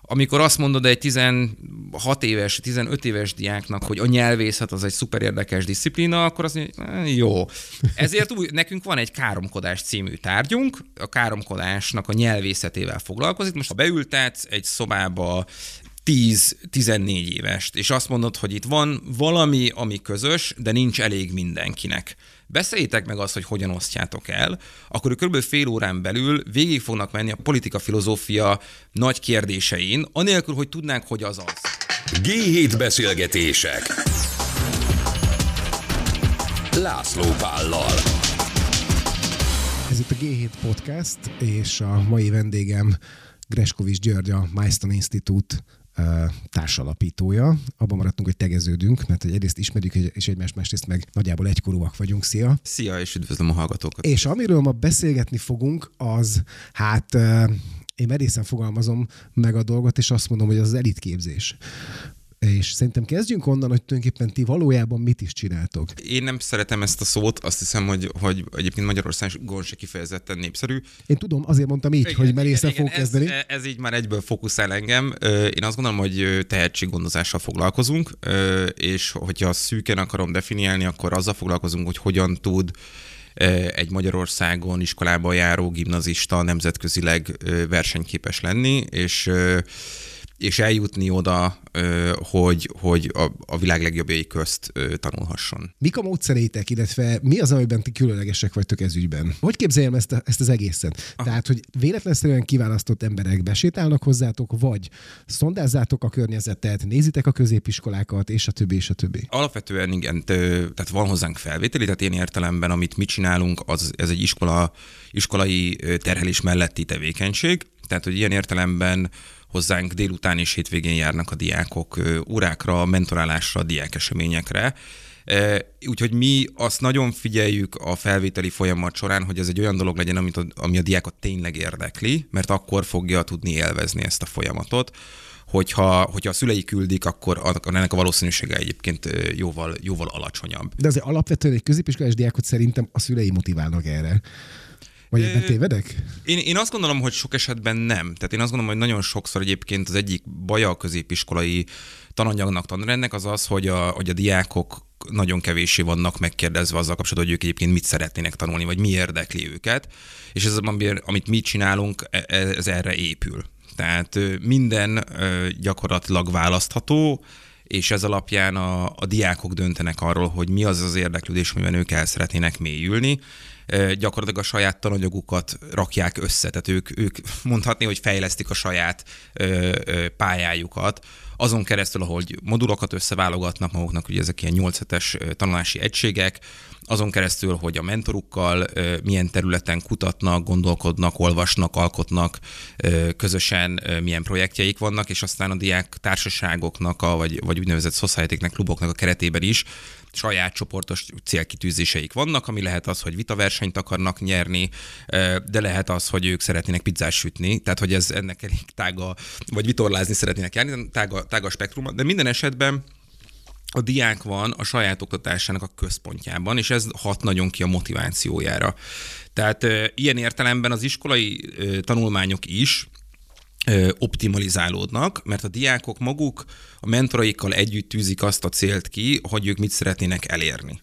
amikor azt mondod egy 16 éves, 15 éves diáknak, hogy a nyelvészet az egy szuper érdekes disziplína, akkor azt mondja, jó. Ezért nekünk van egy káromkodás című tárgyunk, a káromkodásnak a nyelvészetével foglalkozik. Most ha beültetsz egy szobába 10-14 évest, és azt mondod, hogy itt van valami, ami közös, de nincs elég mindenkinek. Beszéljétek meg azt, hogy hogyan osztjátok el, akkor kb. Fél órán belül végig fognak menni a politika-filozófia nagy kérdésein, anélkül, hogy tudnánk, hogy az az. G7 beszélgetések László Pállal. Ez itt a G7 Podcast, és a mai vendégem Greskovics György, a Milestone Institute társalapítója. Abban maradtunk, hogy tegeződünk, mert hogy egyrészt ismerjük, és egymást, másrészt meg nagyjából egykorúak vagyunk. Szia! Szia, és üdvözlöm a hallgatókat! És amiről ma beszélgetni fogunk, az, én merészen fogalmazom meg a dolgot, és azt mondom, hogy az elitképzés. És szerintem kezdjünk onnan, hogy tulajdonképpen ti valójában mit is csináltok. Én nem szeretem ezt a szót, azt hiszem, hogy egyébként Magyarországon se kifejezetten népszerű. Én tudom, azért mondtam így, hogy merészen fogok kezdeni. Ez így már egyből fókuszál engem. Én azt gondolom, hogy tehetséggondozással foglalkozunk, és hogyha szűken akarom definiálni, akkor azzal foglalkozunk, hogy hogyan tud egy Magyarországon iskolába járó gimnazista nemzetközileg versenyképes lenni, és eljutni oda, hogy a világ legjobbjai közt tanulhasson. Mik a módszereitek, illetve mi az, amiben ti különlegesek vagytok ez ügyben? Hogy képzeljem ezt az egészet? Aha. Tehát, hogy véletlenszerűen kiválasztott emberek besétálnak hozzátok, vagy szondázzátok a környezetet, nézitek a középiskolákat, és a többi, és a többi? Alapvetően igen, tehát van hozzánk felvételi, tehát én értelemben, amit mi csinálunk, ez egy iskolai terhelés melletti tevékenység, tehát, hogy ilyen értelemben hozzánk délután és hétvégén járnak a diákok órákra, mentorálásra, diákeseményekre. Úgyhogy mi azt nagyon figyeljük a felvételi folyamat során, hogy ez egy olyan dolog legyen, ami a diákot tényleg érdekli, mert akkor fogja tudni élvezni ezt a folyamatot. Hogyha a szülei küldik, akkor ennek a valószínűsége egyébként jóval alacsonyabb. De azért alapvetően egy középiskolás diákot szerintem a szülei motiválnak erre. Vagy ebben tévedek? Én azt gondolom, hogy sok esetben nem. Tehát én azt gondolom, hogy nagyon sokszor egyébként az egyik baja a középiskolai tananyagnak, tanrendnek az, hogy a diákok nagyon kevéssé vannak megkérdezve azzal kapcsolatban, hogy ők egyébként mit szeretnének tanulni, vagy mi érdekli őket. És ez, amit mi csinálunk, ez erre épül. Tehát minden gyakorlatilag választható, és ez alapján a diákok döntenek arról, hogy mi az az érdeklődés, amiben ők el szeretnének mélyülni. Gyakorlatilag a saját tananyagukat rakják össze, tehát ők mondhatni, hogy fejlesztik a saját pályájukat, azon keresztül, ahogy modulokat összeválogatnak maguknak, ugye ezek ilyen 8 hetes tanulási egységek, azon keresztül, hogy a mentorukkal milyen területen kutatnak, gondolkodnak, olvasnak, alkotnak, közösen milyen projektjeik vannak, és aztán a diák társaságoknak, vagy úgynevezett society-knek, kluboknak a keretében is saját csoportos célkitűzéseik vannak, ami lehet az, hogy vitaversenyt akarnak nyerni, de lehet az, hogy ők szeretnének pizzát sütni, tehát hogy ez ennek elég tága, vagy vitorlázni szeretnének járni, tága spektrum, de minden esetben a diák van a saját oktatásának a központjában, és ez hat nagyon ki a motivációjára. Tehát ilyen értelemben az iskolai tanulmányok is optimalizálódnak, mert a diákok maguk a mentoraikkal együtt tűzik azt a célt ki, hogy ők mit szeretnének elérni.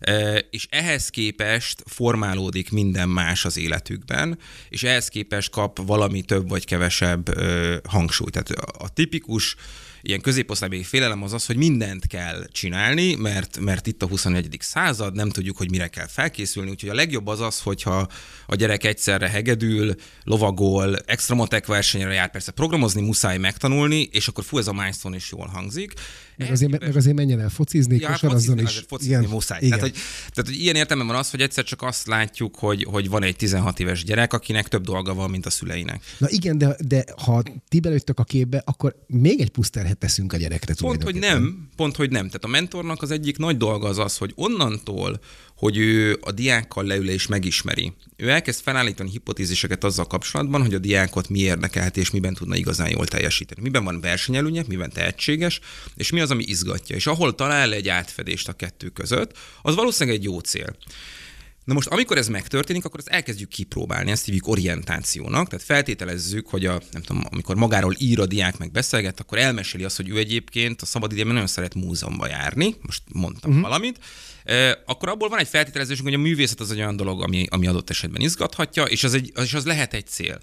És ehhez képest formálódik minden más az életükben, és ehhez képest kap valami több vagy kevesebb hangsúlyt. Tehát a tipikus ilyen középosztálybeli félelem az, hogy mindent kell csinálni, mert itt a 21. század, nem tudjuk, hogy mire kell felkészülni, úgyhogy a legjobb az, hogyha a gyerek egyszerre hegedül, lovagol, extra matek versenyre jár, persze programozni muszáj megtanulni, és akkor ez a milestone is jól hangzik. Meg azért menjen el focizni, kosarazzon is. Focizni muszáj. Tehát, hogy ilyen értelemben van az, hogy egyszer csak azt látjuk, hogy van egy 16 éves gyerek, akinek több dolga van, mint a szüleinek. Na igen, de ha ti belőttek a képbe, akkor még egy plusz terhet teszünk a gyerekre. Pont, hogy nem. Tehát a mentornak az egyik nagy dolga az, hogy onnantól, hogy ő a diákkal leül és megismeri. Ő elkezd felállítani hipotéziseket azzal kapcsolatban, hogy a diákot mi érdekelheti, és miben tudna igazán jól teljesíteni. Miben van versenyelőnye, miben tehetséges, és mi az, ami izgatja. És ahol talál egy átfedést a kettő között, az valószínűleg egy jó cél. Na most, amikor ez megtörténik, akkor ezt elkezdjük kipróbálni, ezt hívjuk orientációnak, tehát feltételezzük, hogy nem tudom, amikor magáról ír a diák meg beszélget, akkor elmeséli azt, hogy ő egyébként a szabadidejében nagyon szeret múzeumba járni, most mondtam valamit, akkor abból van egy feltételezésünk, hogy a művészet az egy olyan dolog, ami adott esetben izgathatja, és az lehet egy cél.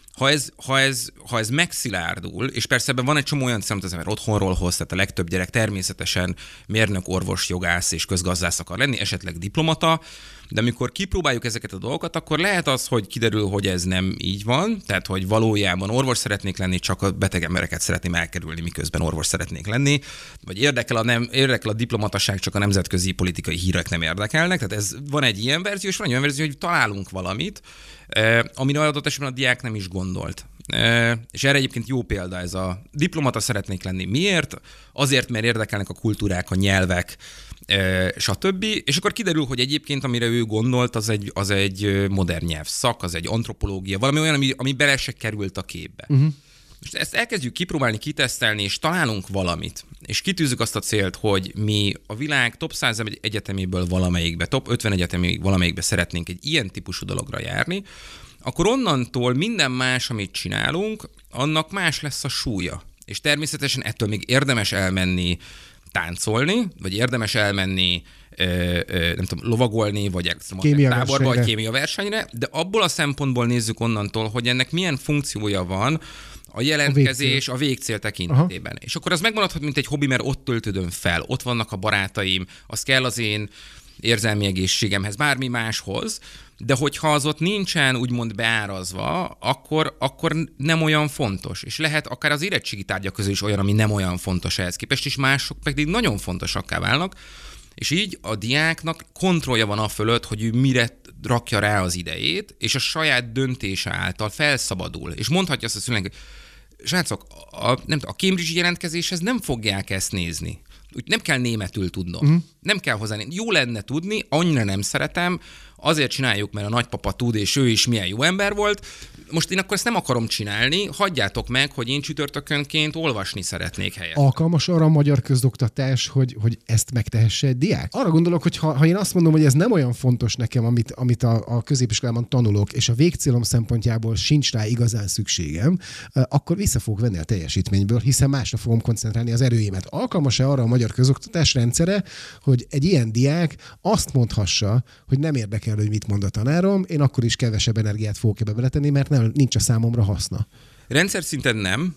Ha ez megszilárdul, és persze ebben van egy csomó olyan cél, amit az ember otthonról hoz, tehát a legtöbb gyerek természetesen mérnök, orvos, jogász és közgazdász akar lenni, esetleg diplomata, de amikor kipróbáljuk ezeket a dolgokat, akkor lehet az, hogy kiderül, hogy ez nem így van, tehát hogy valójában orvos szeretnék lenni, csak a beteg embereket szeretném elkerülni, miközben orvos szeretnék lenni, vagy érdekel a diplomataság, csak a nemzetközi politikai hírek nem érdekelnek, tehát ez van egy ilyen verzió, és van egy olyan verzió, hogy találunk valamit, amire adott esetben a diák nem is gondolt. És erre egyébként jó példa ez a diplomata szeretnék lenni. Miért? Azért, mert érdekelnek a kultúrák, a nyelvek, stb. És akkor kiderül, hogy egyébként, amire ő gondolt, az egy modern nyelvszak, az egy antropológia, valami olyan, ami bele se került a képbe. És ezt elkezdjük kipróbálni, kitesztelni, és találunk valamit. És kitűzzük azt a célt, hogy mi a világ top 100 egyeteméből valamelyikbe, top 50 egyeteméből valamelyikbe szeretnénk egy ilyen típusú dologra járni, akkor onnantól minden más, amit csinálunk, annak más lesz a súlya. És természetesen ettől még érdemes elmenni táncolni, vagy érdemes elmenni nem tudom, lovagolni, vagy táborba, vagy kémiaversenyre, de abból a szempontból nézzük onnantól, hogy ennek milyen funkciója van a jelentkezés, a végcél tekintetében. És akkor az megmaradhat, mint egy hobbi, mert ott töltődöm fel, ott vannak a barátaim, az kell az én érzelmi egészségemhez, bármi máshoz, de hogyha az ott nincsen úgymond beárazva, akkor nem olyan fontos. És lehet akár az érettségi tárgyak közül is olyan, ami nem olyan fontos ehhez képest, és mások pedig nagyon fontosakká válnak, és így a diáknak kontrollja van a fölött, hogy ő mire rakja rá az idejét, és a saját döntése által felszabadul. És mondhatja azt a szülőnek, hogy srácok, a Cambridge jelentkezéshez nem fogják ezt nézni. Úgy nem kell németül tudnom. Nem kell hozzá. Jó lenne tudni, annyira nem szeretem, azért csináljuk, mert a nagypapa tud, és ő is milyen jó ember volt. Most én akkor ezt nem akarom csinálni, hagyjátok meg, hogy én csütörtökönként olvasni szeretnék helyet. Alkalmas arra a magyar közoktatás, hogy ezt megtehesse egy diák? Arra gondolok, hogy ha én azt mondom, hogy ez nem olyan fontos nekem, amit a középiskolában tanulok, és a végcélom szempontjából sincs rá igazán szükségem, akkor vissza fogok venni a teljesítményből, hiszen másra fogom koncentrálni az erőimet. Alkalmas-e arra a magyar közoktatás rendszere, hogy egy ilyen diák azt mondhassa, hogy nem érdekel, hogy mit mond a tanárom, én akkor is kevesebb energiát fogok ebbe beletenni, mert nincs a számomra haszna. Rendszer szinten nem.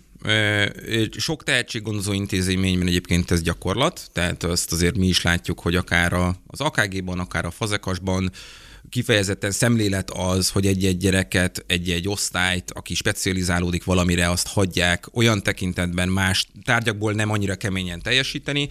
Sok tehetséggondozó intézményben egyébként ez gyakorlat, tehát azt azért mi is látjuk, hogy akár az AKG-ban, akár a Fazekasban kifejezetten szemlélet az, hogy egy-egy gyereket, egy-egy osztályt, aki specializálódik valamire, azt hagyják olyan tekintetben más tárgyakból nem annyira keményen teljesíteni,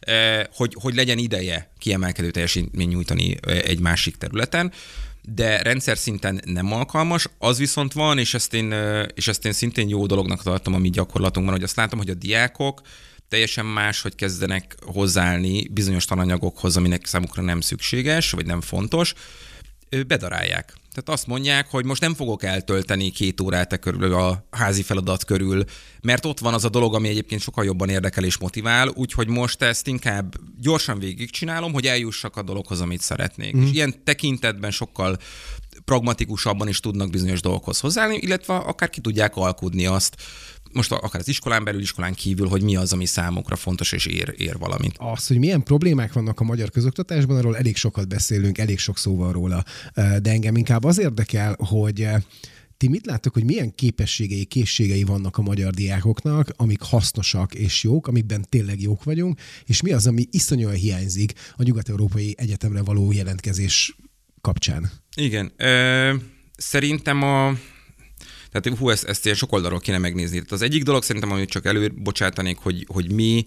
hogy legyen ideje kiemelkedő teljesítmény nyújtani egy másik területen, de rendszer szinten nem alkalmas. Az viszont van, és ezt én szintén jó dolognak tartom a mi gyakorlatunkban, hogy azt látom, hogy a diákok teljesen máshogy kezdenek hozzáállni bizonyos tananyagokhoz, aminek számukra nem szükséges, vagy nem fontos, bedarálják. Tehát azt mondják, hogy most nem fogok eltölteni 2 órát körül a házi feladat körül, mert ott van az a dolog, ami egyébként sokkal jobban érdekel és motivál, úgyhogy most ezt inkább gyorsan végigcsinálom, hogy eljussak a dologhoz, amit szeretnék. És ilyen tekintetben sokkal pragmatikusabban is tudnak bizonyos dolgokhoz hozzáállni, illetve akár ki tudják alkudni azt, most akár az iskolán belül, iskolán kívül, hogy mi az, ami számukra fontos és ér valamit. Az, hogy milyen problémák vannak a magyar közoktatásban, arról elég sokat beszélünk, elég sok szó van róla, de engem inkább az érdekel, hogy ti mit láttok, hogy milyen képességei, készségei vannak a magyar diákoknak, amik hasznosak és jók, amikben tényleg jók vagyunk, és mi az, ami iszonyúan hiányzik a nyugat-európai egyetemre való jelentkezés kapcsán? Igen. Szerintem tehát ezt ilyen sok oldalról kéne megnézni. Tehát az egyik dolog szerintem, amit csak előbocsátanék, hogy mi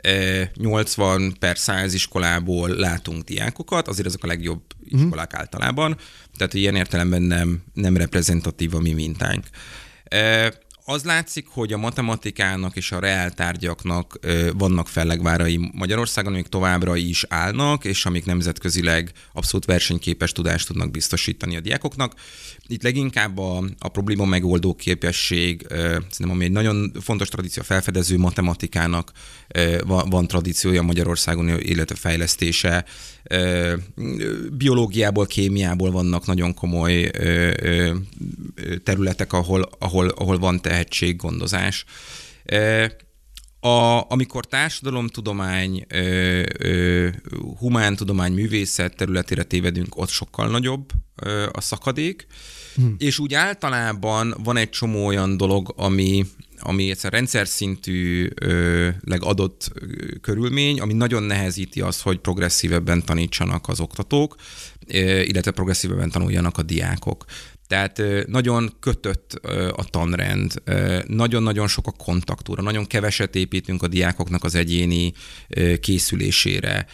80/100 iskolából látunk diákokat, azért ezek a legjobb iskolák általában, tehát ilyen értelemben nem reprezentatív a mi mintánk. Az látszik, hogy a matematikának és a reáltárgyaknak vannak fellegvárai Magyarországon, amik továbbra is állnak, és amik nemzetközileg abszolút versenyképes tudást tudnak biztosítani a diákoknak. Itt leginkább a probléma megoldó képesség, szerintem ami egy nagyon fontos tradíció, a felfedező matematikának van tradíciója Magyarországon, illetve fejlesztése. Biológiából, kémiából vannak nagyon komoly területek, ahol van tehetséggondozás. Amikor társadalomtudomány, humántudomány, művészet területére tévedünk, ott sokkal nagyobb a szakadék, és úgy általában van egy csomó olyan dolog, ami egyszer rendszer szintű adott körülmény, ami nagyon nehezíti azt, hogy progresszívebben tanítsanak az oktatók, illetve progresszívebben tanuljanak a diákok. Tehát nagyon kötött a tanrend, nagyon-nagyon sok a kontaktúra, nagyon keveset építünk a diákoknak az egyéni készülésére.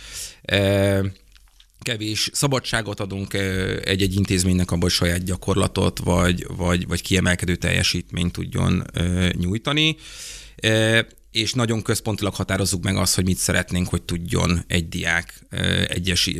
Kevés szabadságot adunk egy-egy intézménynek abban, hogy saját gyakorlatot vagy kiemelkedő teljesítményt tudjon nyújtani, és nagyon központilag határozzuk meg azt, hogy mit szeretnénk, hogy tudjon egy diák egyes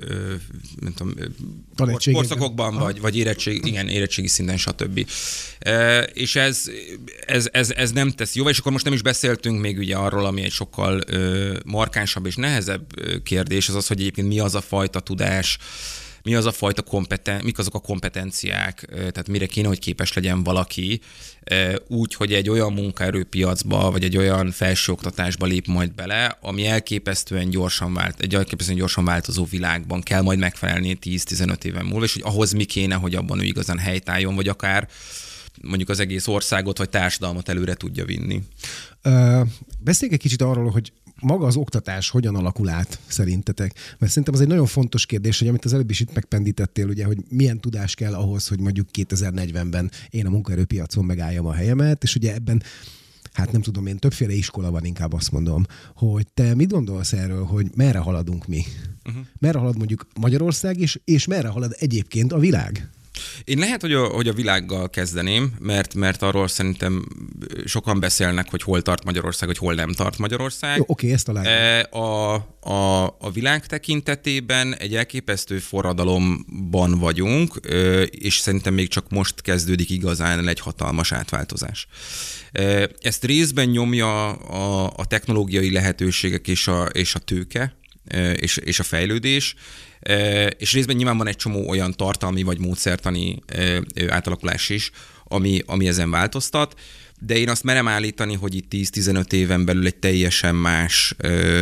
korszakokban, vagy érettségi szinten, stb. És ez nem tesz jó, és akkor most nem is beszéltünk még ugye arról, ami egy sokkal markánsabb és nehezebb kérdés, az, hogy egyébként mi az a fajta tudás, mi az a fajta mik azok a kompetenciák, tehát mire kéne, hogy képes legyen valaki, úgy, hogy egy olyan munkaerőpiacba, vagy egy olyan felsőoktatásba lép majd bele, ami elképesztően gyorsan változó világban kell majd megfelelni 10-15 éven múlva, és hogy ahhoz mi kéne, hogy abban ő igazán helytálljon, vagy akár mondjuk az egész országot, vagy társadalmat előre tudja vinni. Beszéljünk egy kicsit arról, hogy maga az oktatás hogyan alakul át szerintetek? Mert szerintem az egy nagyon fontos kérdés, hogy amit az előbb is itt megpendítettél, ugye, hogy milyen tudás kell ahhoz, hogy mondjuk 2040-ben én a munkaerőpiacon megálljam a helyemet, és ugye ebben, hát nem tudom én, többféle iskola van, inkább azt mondom, hogy te mit gondolsz erről, hogy merre haladunk mi? Merre halad mondjuk Magyarország is, és merre halad egyébként a világ? Én lehet, hogy a világgal kezdeném, mert arról szerintem sokan beszélnek, hogy hol tart Magyarország, hogy hol nem tart Magyarország. Jó, oké, ezt találjuk. A világ tekintetében egy elképesztő forradalomban vagyunk, és szerintem még csak most kezdődik igazán egy hatalmas átváltozás. Ezt részben nyomja a technológiai lehetőségek és a tőke, és a fejlődés, és részben nyilván van egy csomó olyan tartalmi vagy módszertani átalakulás is, ami ezen változtat, de én azt merem állítani, hogy itt 10-15 éven belül egy teljesen más,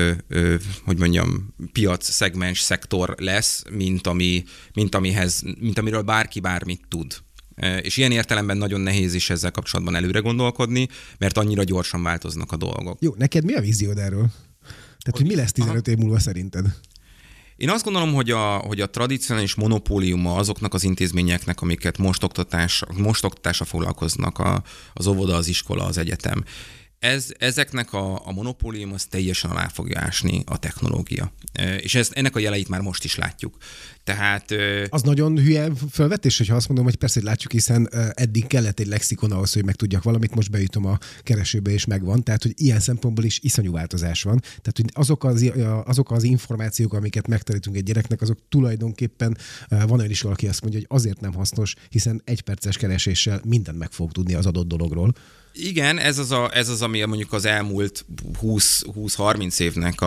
piac, szegmens, szektor lesz, mint amiről bárki bármit tud. És ilyen értelemben nagyon nehéz is ezzel kapcsolatban előre gondolkodni, mert annyira gyorsan változnak a dolgok. Jó, neked mi a víziód erről? Tehát, hogy mi lesz 15 év múlva szerinted? Én azt gondolom, hogy a tradicionális monopóliuma azoknak az intézményeknek, amiket most oktatásra foglalkoznak, az óvoda, az iskola, az egyetem. Ezeknek a monopólium az teljesen alá fogja ásni a technológia. És ennek a jeleit már most is látjuk. Tehát... Az nagyon hülye felvetés, hogyha azt mondom, hogy persze, hogy látjuk, hiszen eddig kellett egy lexikon ahhoz, hogy megtudjak valamit, most beütöm a keresőbe, és megvan. Tehát, hogy ilyen szempontból is iszonyú változás van. Tehát, hogy azok az információk, amiket megtanítunk egy gyereknek, azok tulajdonképpen van olyan is valaki azt mondja, hogy azért nem hasznos, hiszen egy perces kereséssel mindent meg fog tudni az adott dologról. Igen, ez az, ami mondjuk az elmúlt 20-30 évnek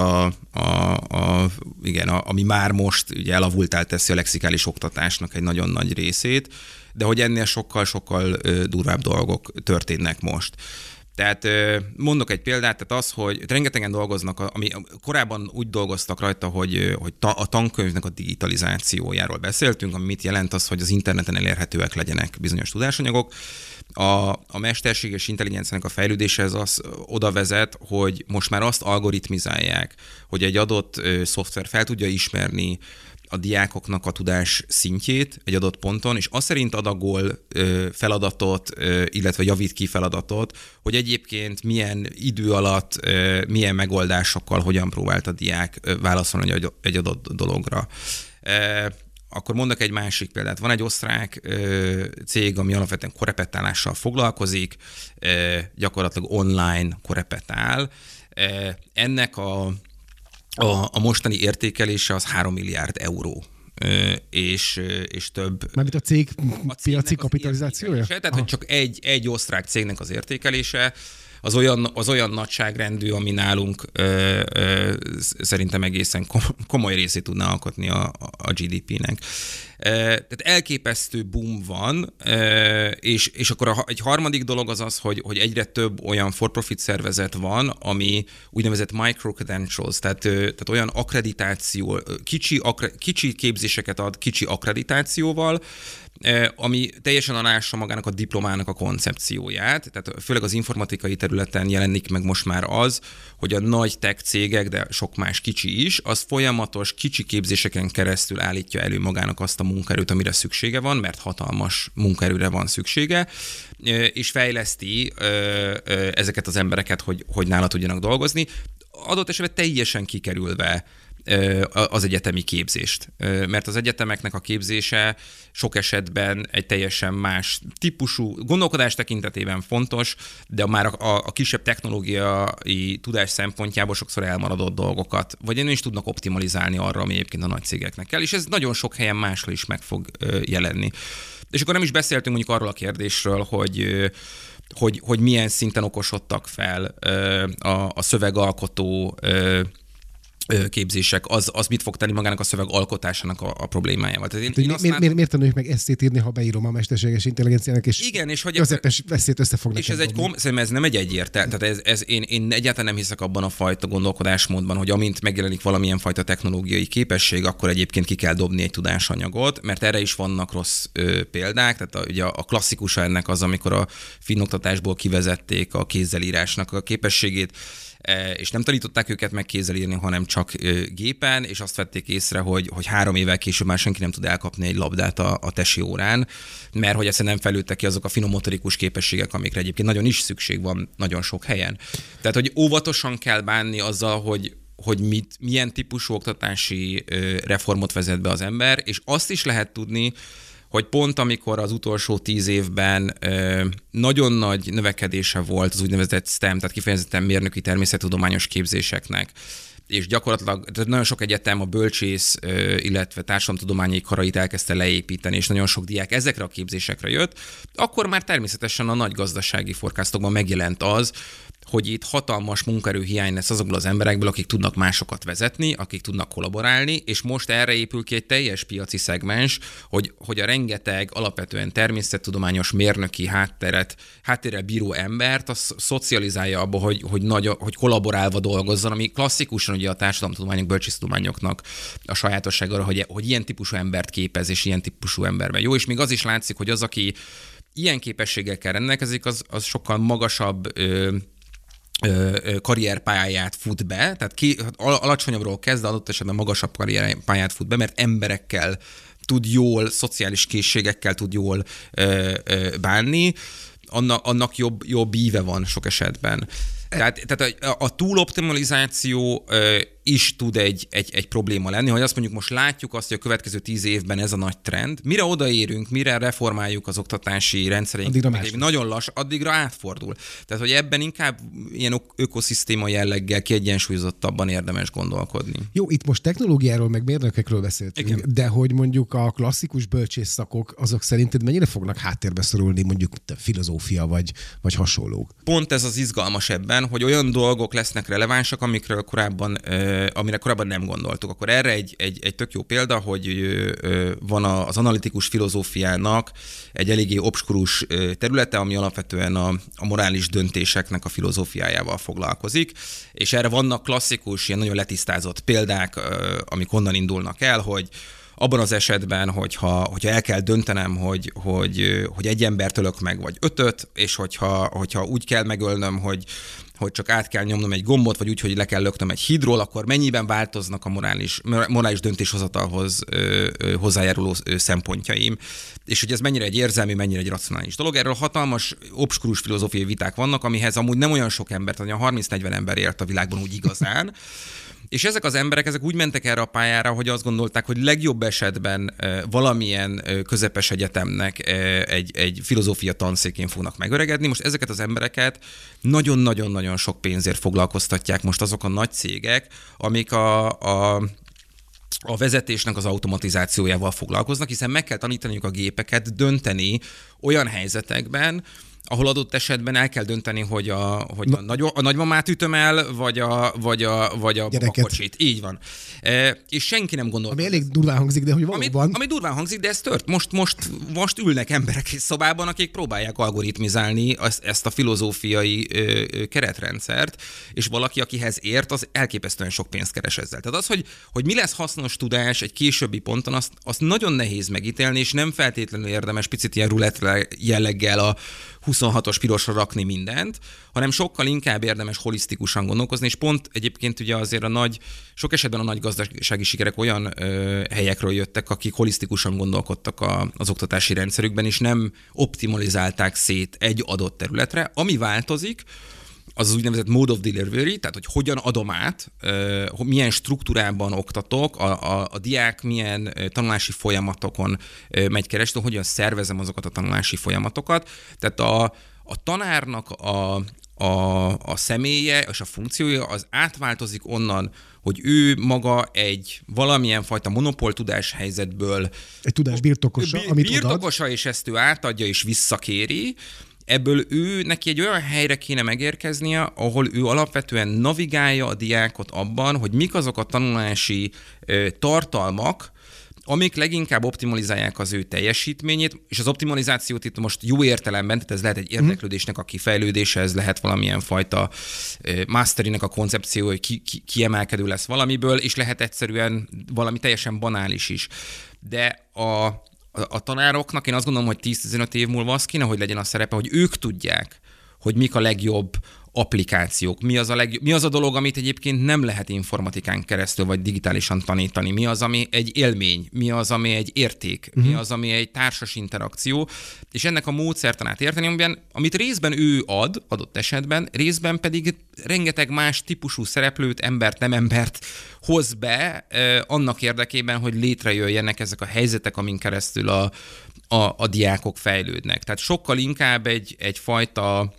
ami már most ugye elavultá teszi a lexikális oktatásnak egy nagyon nagy részét, de hogy ennél sokkal durvább dolgok történnek most. Tehát mondok egy példát, tehát az, hogy rengetegen dolgoznak, ami korábban úgy dolgoztak rajta, hogy a tankönyvnek a digitalizációjáról beszéltünk, ami mit jelent az, hogy az interneten elérhetőek legyenek bizonyos tudásanyagok. A mesterséges intelligenciának a fejlődése oda vezet, hogy most már azt algoritmizálják, hogy egy adott szoftver fel tudja ismerni a diákoknak a tudás szintjét egy adott ponton, és azt szerint adagol feladatot, illetve javít ki feladatot, hogy egyébként milyen idő alatt, milyen megoldásokkal hogyan próbált a diák válaszolni egy adott dologra. Akkor mondok egy másik példát. Van egy osztrák cég, ami alapvetően korepetálással foglalkozik, gyakorlatilag online korepetál. Ennek a mostani értékelése az 3 milliárd euró. És több... Mármint a cég piaci kapitalizációja? Tehát, hogy csak egy osztrák cégnek az értékelése, az olyan nagyságrendű, ami nálunk szerintem egészen komoly részét tudna alkotni a GDP-nek. Tehát elképesztő boom van, és akkor egy harmadik dolog az, hogy egyre több olyan for-profit szervezet van, ami úgynevezett micro-credentials, tehát olyan akkreditáció, kicsi képzéseket ad kicsi akkreditációval, ami teljesen alássa magának a diplomának a koncepcióját, tehát főleg az informatikai területen jelenik meg most már az, hogy a nagy tech cégek, de sok más kicsi is, az folyamatos kicsi képzéseken keresztül állítja elő magának azt a munkaerőt, amire szüksége van, mert hatalmas munkaerőre van szüksége, és fejleszti ezeket az embereket, hogy nála tudjanak dolgozni, adott esetben teljesen kikerülve az egyetemi képzést. Mert az egyetemeknek a képzése sok esetben egy teljesen más típusú gondolkodás tekintetében fontos, de már a kisebb technológiai tudás szempontjából sokszor elmaradott dolgokat, vagy nem is tudnak optimalizálni arra, ami egyébként a nagy cégeknek kell, és ez nagyon sok helyen máshol is meg fog jelenni. És akkor nem is beszéltünk mondjuk arról a kérdésről, hogy milyen szinten okosodtak fel a szövegalkotó képzések, az mit fog tenni magának a szöveg alkotásának a problémájával. Miért tanuljuk meg eszét írni, ha beírom a mesterséges intelligenciának, és igen, és hogy közepes eszét össze fognak. És ez nem egy egyértelmű. Tehát én egyáltalán nem hiszek abban a fajta gondolkodásmódban, hogy amint megjelenik valamilyen fajta technológiai képesség, akkor egyébként ki kell dobni egy tudásanyagot, mert erre is vannak rossz példák. Tehát ugye a klasszikus ennek az, amikor a finnoktatásból kivezették a kézzelírásnak a képességét, és nem tanították őket meg kézzel írni, hanem csak gépen, és azt vették észre, hogy 3 évvel később már senki nem tud elkapni egy labdát a tesi órán, mert hogy ezt nem fejlődtek ki azok a finomotorikus képességek, amikre egyébként nagyon is szükség van nagyon sok helyen. Tehát, hogy óvatosan kell bánni azzal, hogy milyen típusú oktatási reformot vezet be az ember, és azt is lehet tudni, hogy pont amikor az utolsó 10 évben nagyon nagy növekedése volt az úgynevezett STEM, tehát kifejezetten mérnöki természettudományos képzéseknek, és gyakorlatilag tehát nagyon sok egyetem a bölcsész, illetve társadalomtudományi karait elkezdte leépíteni, és nagyon sok diák ezekre a képzésekre jött, akkor már természetesen a nagy gazdasági forecastokban megjelent az, hogy itt hatalmas munkaerőhiány lesz azokból az emberekből, akik tudnak másokat vezetni, akik tudnak kollaborálni, és most erre épül ki egy teljes piaci szegmens, hogy a rengeteg alapvetően természettudományos mérnöki háttérrel bíró embert az szocializálja abba, hogy kollaborálva dolgozzon, ami klasszikusan ugye a társadalomtudományok, bölcsészetudományoknak a sajátossága, hogy ilyen típusú embert képez, és ilyen típusú emberben jó, és még az is látszik, hogy az, aki ilyen képességekkel rendelkezik, az sokkal magasabb karrierpályát fut be, tehát alacsonyabbról kezd, de adott esetben magasabb karrierpályát fut be, mert emberekkel tud jól, szociális készségekkel tud jól bánni, annak jobb íve van sok esetben. Tehát a túloptimalizáció is tud egy probléma lenni, hogy azt mondjuk most látjuk azt, hogy a következő 10 évben ez a nagy trend, mire odaérünk, mire reformáljuk az oktatási rendszereinket, nagyon lassú, addigra átfordul. Tehát, hogy ebben inkább ilyen ökoszisztéma jelleggel kiegyensúlyozottabban érdemes gondolkodni. Jó, itt most technológiáról, meg mérnökekről beszéltünk, igen. De hogy mondjuk a klasszikus bölcsész szakok, azok szerinted mennyire fognak háttérbe szorulni, mondjuk filozófia vagy hasonlók? Pont ez az izgalmas ebben, hogy olyan dolgok lesznek relevánsak, amire korábban nem gondoltuk. Akkor erre egy tök jó példa, hogy van az analitikus filozófiának egy eléggé obskurus területe, ami alapvetően a morális döntéseknek a filozófiájával foglalkozik, és erre vannak klasszikus, ilyen nagyon letisztázott példák, amik onnan indulnak el, hogy abban az esetben, hogyha el kell döntenem, hogy egy embert ölök meg, vagy 5-öt, és hogyha úgy kell megölnöm, hogy csak át kell nyomnom egy gombot, vagy úgy, hogy le kell löknöm egy hídról, akkor mennyiben változnak a morális döntéshozatalhoz hozzájáruló szempontjaim. És hogy ez mennyire egy érzelmi, mennyire egy racionális dolog. Erről hatalmas, obskurus filozófiai viták vannak, amihez amúgy nem olyan sok ember, tehát 30-40 ember ért a világban úgy igazán, És ezek az emberek, ezek úgy mentek erre a pályára, hogy azt gondolták, hogy legjobb esetben valamilyen közepes egyetemnek egy filozófia tanszékén fognak megöregedni. Most ezeket az embereket nagyon-nagyon-nagyon sok pénzért foglalkoztatják most azok a nagy cégek, amik a vezetésnek az automatizációjával foglalkoznak, hiszen meg kell tanítaniuk a gépeket dönteni olyan helyzetekben, ahol adott esetben el kell dönteni, hogy a nagymamát ütöm el, vagy a babakocsit. Így van. És senki nem gondol. Ami elég durván hangzik, de hogy valóban. Ami durván hangzik, de ez tört. Most ülnek emberek egy szobában, akik próbálják algoritmizálni ezt a filozófiai keretrendszert, és valaki, akihez ért, az elképesztően sok pénzt keres ezzel. Tehát az, hogy mi lesz hasznos tudás egy későbbi ponton, azt nagyon nehéz megítélni, és nem feltétlenül érdemes picit ilyen rulett jelleggel a 26-os pirosra rakni mindent, hanem sokkal inkább érdemes holisztikusan gondolkozni, és pont egyébként ugye azért sok esetben a nagy gazdasági sikerek olyan helyekről jöttek, akik holisztikusan gondolkodtak az oktatási rendszerükben, és nem optimalizálták szét egy adott területre. Ami változik, az úgynevezett mode of delivery, tehát hogy hogyan adom át, milyen struktúrában oktatok, a diák milyen tanulási folyamatokon megy keresztül, hogyan szervezem azokat a tanulási folyamatokat. Tehát a tanárnak a személye és a funkciója az átváltozik onnan, hogy ő maga egy valamilyen fajta monopól tudás helyzetből egy tudás birtokosa, amit birtokosa, és ezt ő átadja és visszakéri. Ebből neki egy olyan helyre kéne megérkeznie, ahol ő alapvetően navigálja a diákot abban, hogy mik azok a tanulási tartalmak, amik leginkább optimalizálják az ő teljesítményét, és az optimalizációt itt most jó értelemben, tehát ez lehet egy érdeklődésnek a kifejlődése, ez lehet valamilyen fajta masterynek a koncepció, hogy kiemelkedő lesz valamiből, és lehet egyszerűen valami teljesen banális is. De a tanároknak én azt gondolom, hogy 10-15 év múlva az kéne, hogy legyen a szerepe, hogy ők tudják, hogy mik a legjobb applikációk, mi az a dolog, amit egyébként nem lehet informatikán keresztül vagy digitálisan tanítani, mi az, ami egy élmény, mi az, ami egy érték, mi az, ami egy társas interakció, és ennek a módszertanát érteni, amit részben ő ad, adott esetben, részben pedig rengeteg más típusú szereplőt, embert, nem embert hoz be annak érdekében, hogy létrejöjjenek ezek a helyzetek, amin keresztül a diákok fejlődnek. Tehát sokkal inkább egyfajta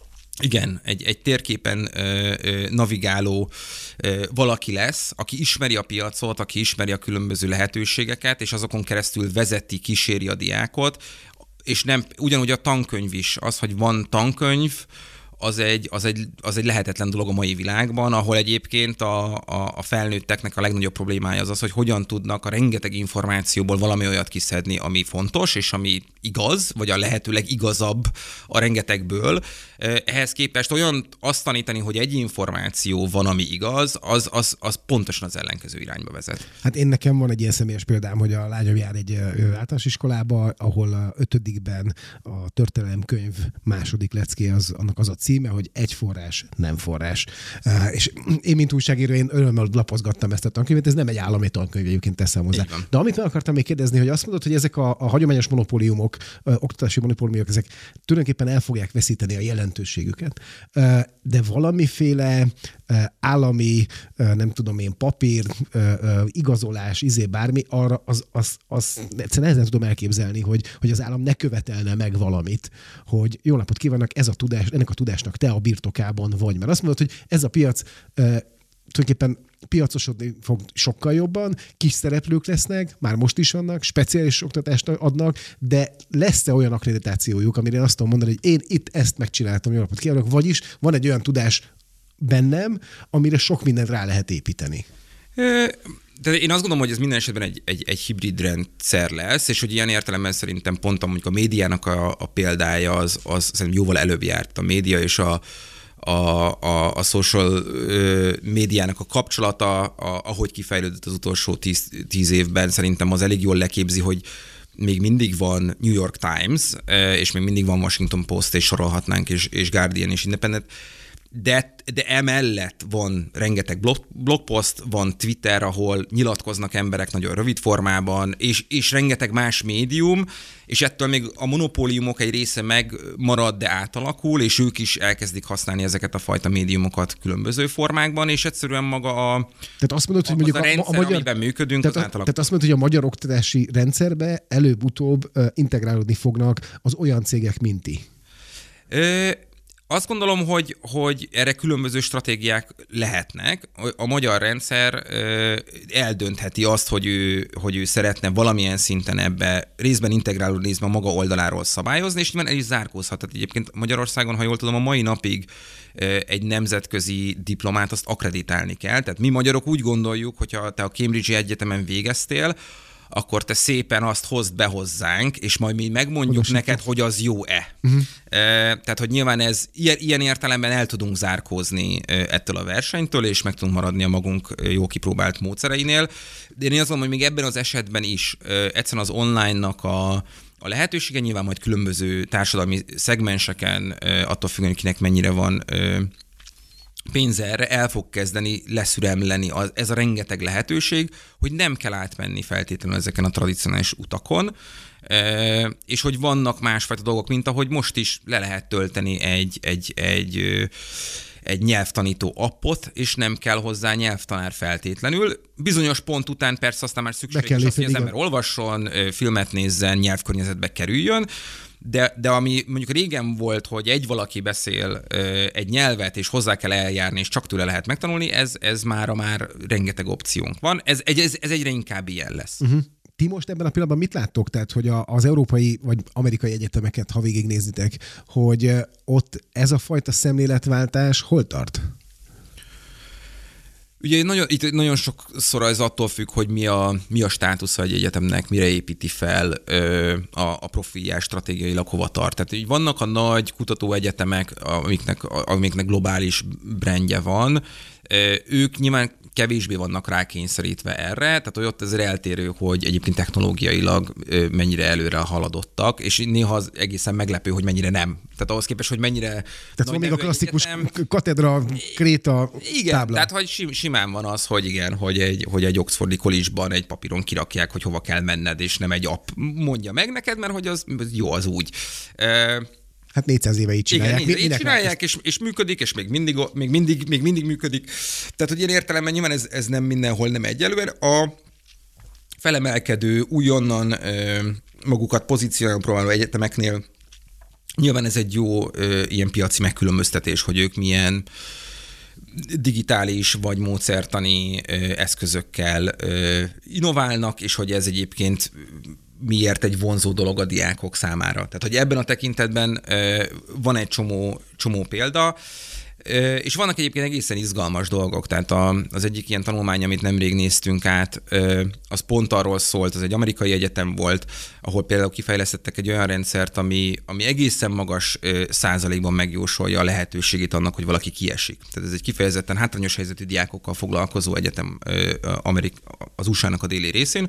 egy térképen navigáló valaki lesz, aki ismeri a piacot, aki ismeri a különböző lehetőségeket, és azokon keresztül vezeti, kíséri a diákot, és nem ugyanúgy a tankönyv is. Az, hogy van tankönyv, az egy lehetetlen dolog a mai világban, ahol egyébként a felnőtteknek a legnagyobb problémája az, hogy hogyan tudnak a rengeteg információból valami olyat kiszedni, ami fontos, és ami igaz, vagy a lehetőleg igazabb a rengetegből. Ehhez képest azt tanítani, hogy egy információ van, ami igaz, az pontosan az ellenkező irányba vezet. Hát nekem van egy ilyen személyes példám, hogy a lányom jár egy általános iskolába, ahol a 5-ben a történelemkönyv második lecké annak az a címe, hogy egy forrás, nem forrás. És én, mint újságíró, én örömmel lapozgattam ezt a tankönyvet, ez nem egy állami tankönyv, egyébként teszem hozzá. De amit meg akartam még kérdezni, hogy azt mondod, hogy ezek a hagyományos monopóliumok, oktatási monopóliumok, ezek tulajdonképpen el fogják veszíteni a jelentőségüket. De valamiféle állami, nem tudom én, papír, igazolás, bármi, arra az egyszerűen nehezen tudom elképzelni, hogy az állam ne követelne meg valamit, hogy jó napot kívánok, ez a tudás, ennek a tudásnak te a birtokában vagy. Mert azt mondod, hogy ez a piac tulajdonképpen piacosodni fog sokkal jobban, kis szereplők lesznek, már most is vannak, speciális oktatást adnak, de lesz-e olyan akkreditációjuk, amire azt tudom mondani, hogy én itt ezt megcsináltam, jó napot kívánok, vagyis van egy olyan tudás bennem, amire sok mindent rá lehet építeni. De én azt gondolom, hogy ez minden esetben egy hibrid rendszer lesz, és hogy ilyen értelemben szerintem pont mondjuk a médiának a példája az szerintem jóval előbb járt. A média és a social médiának a kapcsolata, ahogy kifejlődött az utolsó 10 évben, szerintem az elég jól leképzi, hogy még mindig van New York Times, és még mindig van Washington Post, és sorolhatnánk, és Guardian és Independent. de emellett van rengeteg blogpost, van Twitter, ahol nyilatkoznak emberek nagyon rövid formában, és rengeteg más médium, és ettől még a monopóliumok egy része megmarad, de átalakul, és ők is elkezdik használni ezeket a fajta médiumokat különböző formákban, és egyszerűen maga tehát azt mondod, hogy mondjuk a rendszer, amiben működünk, az átalakul. Tehát azt mondod, hogy a magyar oktatási rendszerbe előbb-utóbb integrálódni fognak az olyan cégek, mint ti. Azt gondolom, hogy erre különböző stratégiák lehetnek. A magyar rendszer eldöntheti azt, hogy ő szeretne valamilyen szinten ebbe részben integrálódni, részben maga oldaláról szabályozni, és nyilván el is zárkózhat. Tehát egyébként Magyarországon, ha jól tudom, a mai napig egy nemzetközi diplomát azt akkreditálni kell. Tehát mi magyarok úgy gondoljuk, hogyha te a Cambridge-i Egyetemen végeztél, akkor te szépen azt hozd be hozzánk, és majd mi megmondjuk neked, hogy az jó-e. Tehát, hogy nyilván ez ilyen értelemben el tudunk zárkózni ettől a versenytől, és meg tudunk maradni a magunk jó kipróbált módszereinél. De én azt mondom, hogy még ebben az esetben is egyszerűen az online-nak a lehetősége nyilván majd különböző társadalmi szegmenseken, attól függően, kinek mennyire van pénze erre, el fog kezdeni leszüremleni ez a rengeteg lehetőség, hogy nem kell átmenni feltétlenül ezeken a tradicionális utakon, és hogy vannak másfajta dolgok, mint ahogy most is le lehet tölteni egy nyelvtanító appot, és nem kell hozzá nyelvtanár feltétlenül. Bizonyos pont után persze aztán már szükséges az, hogy az ember olvasson, filmet nézzen, nyelvkörnyezetbe kerüljön, de ami mondjuk régen volt, hogy egy valaki beszél egy nyelvet, és hozzá kell eljárni, és csak tőle lehet megtanulni, ez már rengeteg opciónk van. Ez egyre inkább ilyen lesz. Ti most ebben a pillanatban mit láttok? Tehát, hogy az európai vagy amerikai egyetemeket, ha végignézitek, hogy ott ez a fajta szemléletváltás hol tart? Ugye itt nagyon sokszor ez attól függ, hogy mi a státusza egy egyetemnek, mire építi fel a profilját, stratégiailag hova tart. Tehát így vannak a nagy kutatóegyetemek, amiknek globális brandje van, ők nyilván kevésbé vannak rákényszerítve erre, tehát hogy ott ez eltérő, hogy egyébként technológiailag mennyire előre haladottak, és néha az egészen meglepő, hogy mennyire nem. Tehát ahhoz képest, hogy mennyire... Tehát van még a klasszikus katedra, kréta igen, tábla. Tehát hogy simán van az, hogy igen, hogy egy Oxfordi College-ban egy papíron kirakják, hogy hova kell menned, és nem egy app mondja meg neked, mert hogy az jó az úgy. Hát 400 éve így csinálják. Igen, így csinálják, és működik, és még mindig működik. Tehát, hogy ilyen értelemben nyilván ez nem mindenhol nem egyelően. A felemelkedő, újonnan magukat pozícionálni próbáló egyetemeknél nyilván ez egy jó ilyen piaci megkülönböztetés, hogy ők milyen digitális vagy módszertani eszközökkel innoválnak, és hogy ez egyébként miért egy vonzó dolog a diákok számára. Tehát, hogy ebben a tekintetben van egy csomó példa, és vannak egyébként egészen izgalmas dolgok. Tehát az egyik ilyen tanulmány, amit nemrég néztünk át, az pont arról szólt, az egy amerikai egyetem volt, ahol például kifejlesztettek egy olyan rendszert, ami egészen magas százalékban megjósolja a lehetőségét annak, hogy valaki kiesik. Tehát ez egy kifejezetten hátrányos helyzetű diákokkal foglalkozó egyetem az USA-nak a déli részén,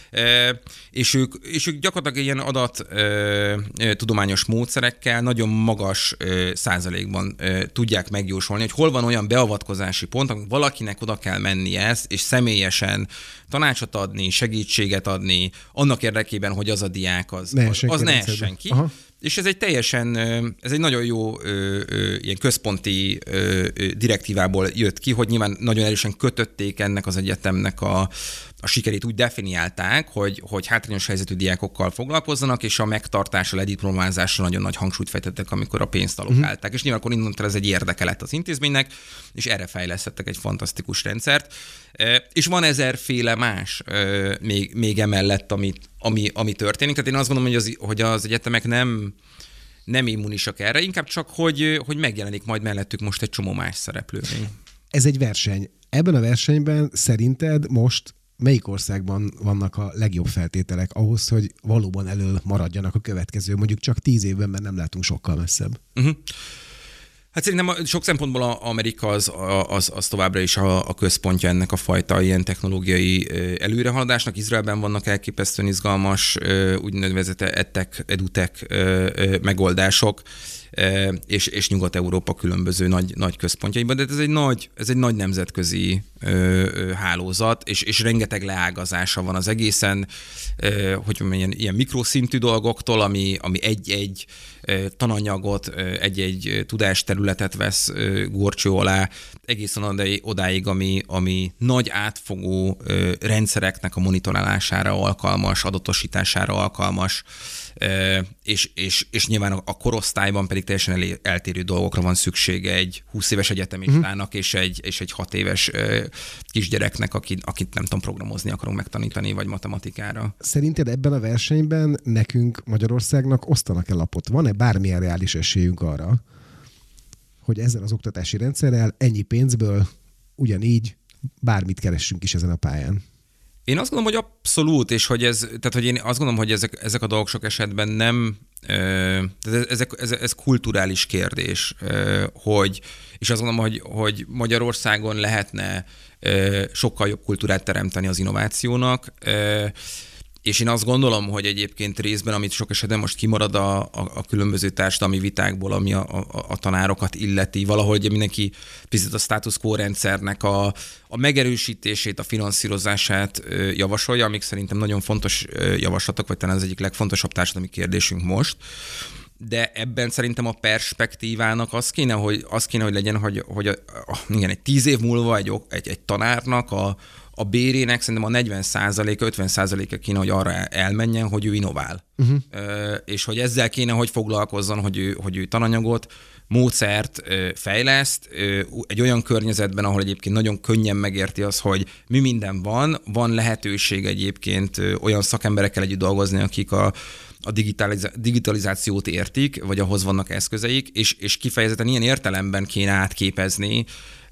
és ők gyakorlatilag ilyen tudományos módszerekkel nagyon magas százalékban tudják megjósolni, hogy hol van olyan beavatkozási pont, amikor valakinek oda kell mennie és személyesen tanácsot adni, segítséget adni, annak érdekében, hogy az a diák az ne essen ki. Aha. És ez egy nagyon jó ilyen központi direktívából jött ki, hogy nyilván nagyon erősen kötötték ennek az egyetemnek a sikerét, úgy definiálták, hogy hátrányos helyzetű diákokkal foglalkozzanak, és a megtartásra, lediplomázásra nagyon nagy hangsúlyt fejtettek, amikor a pénzt allokálták. És nyilván akkor innentől ez egy érdeke lett az intézménynek, és erre fejlesztettek egy fantasztikus rendszert. És van ezerféle más még emellett, ami történik. Tehát én azt gondolom, hogy az egyetemek nem immunisak erre, inkább csak, hogy megjelenik majd mellettük most egy csomó más szereplő. Ez egy verseny. Ebben a versenyben szerinted most melyik országban vannak a legjobb feltételek ahhoz, hogy valóban elől maradjanak a következő, mondjuk csak 10 évben, mert nem látunk sokkal messzebb? Hát szerintem sok szempontból Amerika az továbbra is a központja ennek a fajta ilyen technológiai előrehaladásnak. Izraelben vannak elképesztően izgalmas úgynevezett edtech megoldások. és Nyugat-Európa különböző nagy központjaiban, de ez egy nagy nemzetközi hálózat, és rengeteg leágazása van az egészen, hogy mondjam, ilyen mikroszintű dolgoktól, ami egy tananyagot, egy tudásterületet vesz górcső alá, egészen odáig, ami nagy átfogó rendszereknek a monitorálására alkalmas, adatosítására alkalmas, és nyilván a korosztályban pedig teljesen eltérő dolgokra van szüksége egy 20 éves egyetemistának és egy 6 éves kisgyereknek, akit nem tudom, programozni akarunk megtanítani, vagy matematikára. Szerinted ebben a versenyben nekünk Magyarországnak osztanak-e lapot? Van-e bármilyen reális esélyünk arra, hogy ezzel az oktatási rendszerrel ennyi pénzből ugyanígy bármit keressünk is ezen a pályán? Én azt gondolom, hogy abszolút, és hogy én azt gondolom, hogy ezek a dolgok sok esetben nem, ez kulturális kérdés, és azt gondolom, hogy Magyarországon lehetne sokkal jobb kultúrát teremteni az innovációnak, és én azt gondolom, hogy egyébként részben, amit sok esetben most kimarad a különböző társadalmi vitákból, ami a tanárokat illeti, valahogy ugye mindenki picit a status quo rendszernek a megerősítését, a finanszírozását javasolja, amik szerintem nagyon fontos javaslatok, vagy talán az egyik legfontosabb társadalmi kérdésünk most. De ebben szerintem a perspektívának az kéne, hogy legyen, hogy igen, egy 10 év múlva egy tanárnak a bérének szerintem a 40%-a, 50%-a kéne, hogy arra elmenjen, hogy ő innovál. És hogy ezzel kéne, hogy foglalkozzon, hogy ő tananyagot, módszert fejleszt, egy olyan környezetben, ahol egyébként nagyon könnyen megérti az, hogy mi minden van lehetőség egyébként olyan szakemberekkel együtt dolgozni, akik a digitalizációt értik, vagy ahhoz vannak eszközeik, és kifejezetten ilyen értelemben kéne átképezni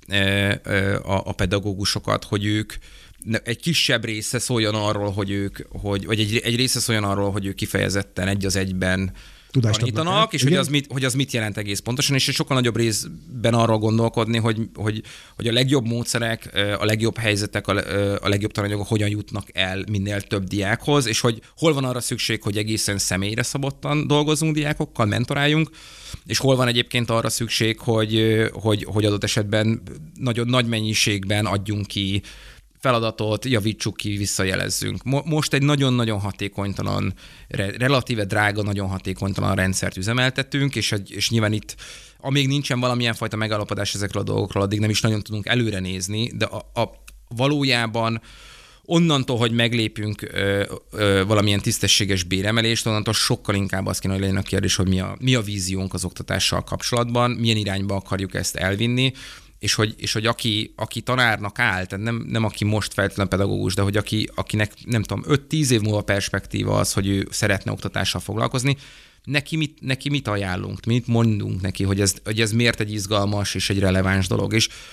a pedagógusokat, hogy ők egy kisebb része szóljon arról, vagy egy része szóljon arról, hogy ők kifejezetten egy az egyben tanítanak, és hogy az mit jelent egész pontosan, és sokkal nagyobb részben arról gondolkodni, hogy a legjobb módszerek, a legjobb helyzetek, a legjobb tananyagok hogyan jutnak el minél több diákhoz, és hogy hol van arra szükség, hogy egészen személyre szabottan dolgozzunk diákokkal, mentoráljunk, és hol van egyébként arra szükség, hogy adott esetben nagyon nagy mennyiségben adjunk ki feladatot, javítsuk ki, visszajelezzünk. Most egy nagyon-nagyon hatékonytalan, relatíve drága, nagyon hatékonytalan rendszert üzemeltetünk, és nyilván itt, amíg nincsen valamilyen fajta megállapodás ezekről a dolgokról, addig nem is nagyon tudunk előre nézni, de valójában onnantól, hogy meglépünk valamilyen tisztességes béremelést, onnantól sokkal inkább az kéne, hogy legyen a kérdés, hogy mi a víziónk az oktatással kapcsolatban, milyen irányba akarjuk ezt elvinni, és hogy aki tanárnak áll, tehát nem aki most feltétlenül pedagógus, de hogy akinek nem tudom, 5-10 év múlva perspektíva az, hogy ő szeretne oktatással foglalkozni, neki mit ajánlunk, mit mondunk neki, hogy ez miért egy izgalmas és egy releváns dolog.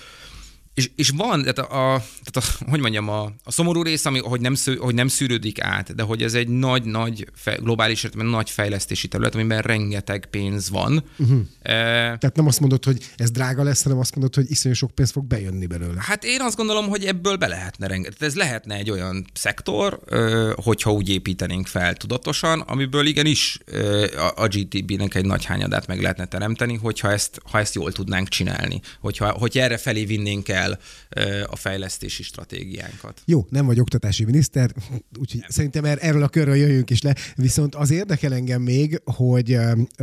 És van, hogy mondjam, a szomorú rész, hogy nem szűrődik át, de hogy ez egy nagy globális értelemben nagy fejlesztési terület, amiben rengeteg pénz van. Tehát nem azt mondod, hogy ez drága lesz, hanem azt mondod, hogy iszonyú sok pénz fog bejönni belőle. Hát én azt gondolom, hogy ebből be lehetne rengeteg. Ez lehetne egy olyan szektor, hogyha úgy építenénk fel tudatosan, amiből igenis a GDP-nek egy nagy hányadát meg lehetne teremteni, ha ezt jól tudnánk csinálni, hogyha erre felé vinnénk el a fejlesztési stratégiánkat. Jó, nem vagy oktatási miniszter, úgyhogy szerintem erről a körről jöjjünk is le. Viszont az érdekel engem még, hogy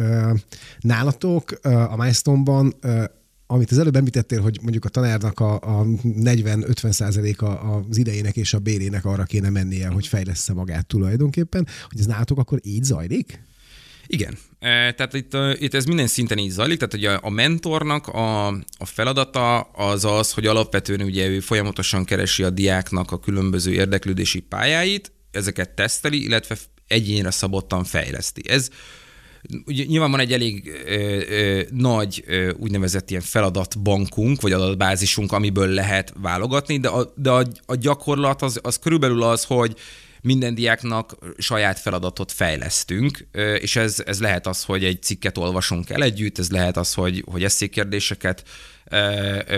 nálatok a Milestone-ban, amit az előbb említettél, hogy mondjuk a tanárnak a 40-50% az idejének és a bérének arra kéne mennie, hogy fejlessze magát tulajdonképpen, hogy ez nálatok akkor így zajlik? Igen. Tehát itt ez minden szinten így zajlik, tehát ugye a mentornak a feladata az, hogy alapvetően ugye ő folyamatosan keresi a diáknak a különböző érdeklődési pályáit, ezeket teszteli, illetve egyénre szabottan fejleszti. Ez ugye nyilván van egy elég nagy úgynevezett ilyen feladatbankunk, vagy adatbázisunk, amiből lehet válogatni, de a gyakorlat az körülbelül az, hogy minden diáknak saját feladatot fejlesztünk, és ez lehet az, hogy egy cikket olvasunk el együtt, ez lehet az, hogy esszékérdéseket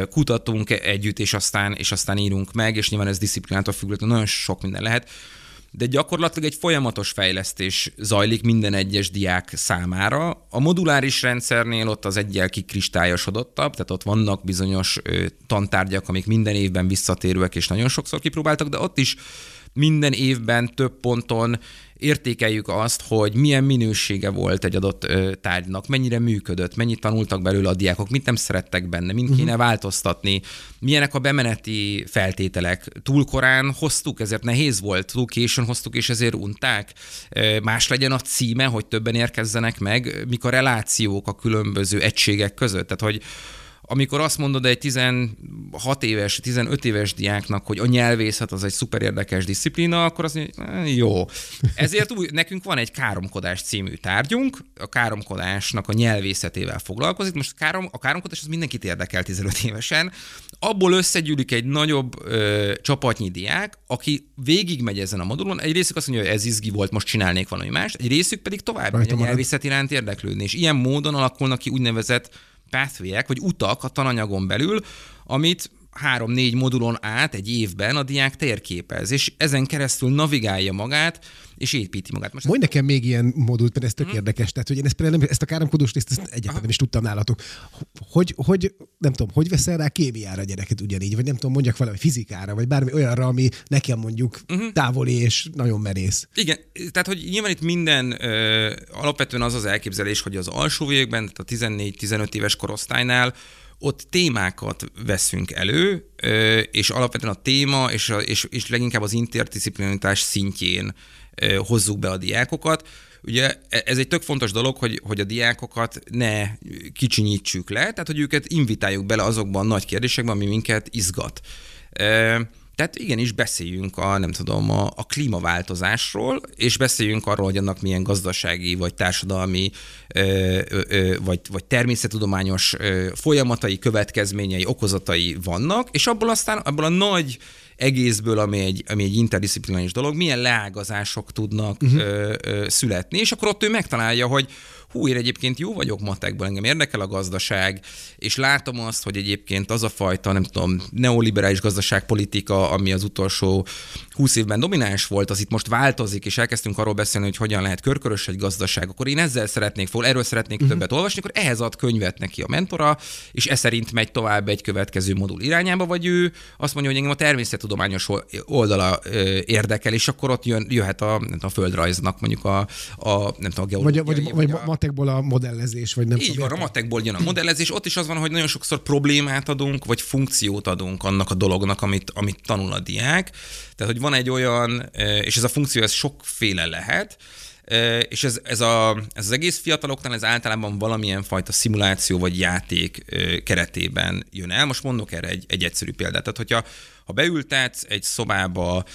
kutatunk együtt, és aztán írunk meg, és nyilván ez disziplinától függően nagyon sok minden lehet. de gyakorlatilag egy folyamatos fejlesztés zajlik minden egyes diák számára. A moduláris rendszernél ott az egyel kikristályosodottabb, tehát ott vannak bizonyos tantárgyak, amik minden évben visszatérőek és nagyon sokszor kipróbáltak, de ott is minden évben több ponton értékeljük azt, hogy milyen minősége volt egy adott tárgynak, mennyire működött, mennyit tanultak belőle a diákok, mit nem szerettek benne, mint kéne változtatni, milyenek a bemeneti feltételek. Túl korán hoztuk, ezért nehéz volt, túl későn hoztuk, és ezért unták. Más legyen a címe, hogy többen érkezzenek meg, mik a relációk a különböző egységek között. Tehát, hogy amikor azt mondod egy 16 éves, 15 éves diáknak, hogy a nyelvészet az egy szuper érdekes disziplína, akkor azt mondja, jó. Ezért nekünk van egy káromkodás című tárgyunk, a káromkodásnak a nyelvészetével foglalkozik. Most a káromkodás az mindenkit érdekel 15 évesen. Abból összegyűlik egy nagyobb csapatnyi diák, aki végigmegy ezen a modulon. Egy részük azt mondja, hogy ez izgi volt, most csinálnék valami mást, egy részük pedig tovább megy a nyelvészet iránt érdeklődni. És ilyen módon alakulnak ki úgynevezett pathway-ek, vagy utak a tananyagon belül, amit 3-4 modulon át egy évben a diák térképez, és ezen keresztül navigálja magát, és építi magát. Most mondj nekem még ilyen modult, mert ez tök érdekes. Tehát, hogy én ezt a káromkodós részt egyáltalán nem is tudtam nálatok. Hogy nem tudom, hogy veszel rá kémiára a gyereket ugyanígy, vagy nem tudom, mondjak valami fizikára, vagy bármi olyanra, ami nekem mondjuk távoli és nagyon merész. Igen, tehát, hogy nyilván itt minden alapvetően az az elképzelés, hogy az alsó végben, tehát a 14-15 éves korosztálynál ott témákat veszünk elő, és alapvetően a téma és leginkább az interdisziplinaritás szintjén hozzuk be a diákokat. Ugye ez egy tök fontos dolog, hogy a diákokat ne kicsinyítsük le, tehát hogy őket invitáljuk bele azokban a nagy kérdésekben, ami minket izgat. Tehát igenis beszéljünk a klímaváltozásról, és beszéljünk arról, hogy annak milyen gazdasági, vagy társadalmi, vagy természettudományos folyamatai, következményei, okozatai vannak, és abból a nagy egészből, ami egy interdisziplináris dolog, milyen leágazások tudnak születni, és akkor ott ő megtalálja, hogy én egyébként jó vagyok matekból, engem érdekel a gazdaság, és látom azt, hogy egyébként az a fajta, neoliberális gazdaságpolitika, ami az utolsó 20 évben domináns volt, az itt most változik, és elkezdtünk arról beszélni, hogy hogyan lehet körkörös egy gazdaság, akkor én erről szeretnék többet olvasni, akkor ehhez ad könyvet neki a mentora, és ez szerint megy tovább egy következő modul irányába, vagy ő azt mondja, hogy engem a természettudományos oldala érdekel, és akkor ott jöhet a földrajznak mondjuk a geológia. Vagy matekból a modellezés, vagy nem tudom. Így van, a matekból jön a modellezés, ott is az van, hogy nagyon sokszor problémát adunk, vagy funkciót adunk annak a dolognak, amit tanul a diák. Tehát, hogy van egy olyan, és ez a funkció, ez sokféle lehet, és ez az egész fiataloknál ez általában valamilyen fajta szimuláció vagy játék keretében jön el. Most mondok erre egy egyszerű példát. Tehát, hogyha beültetsz egy szobába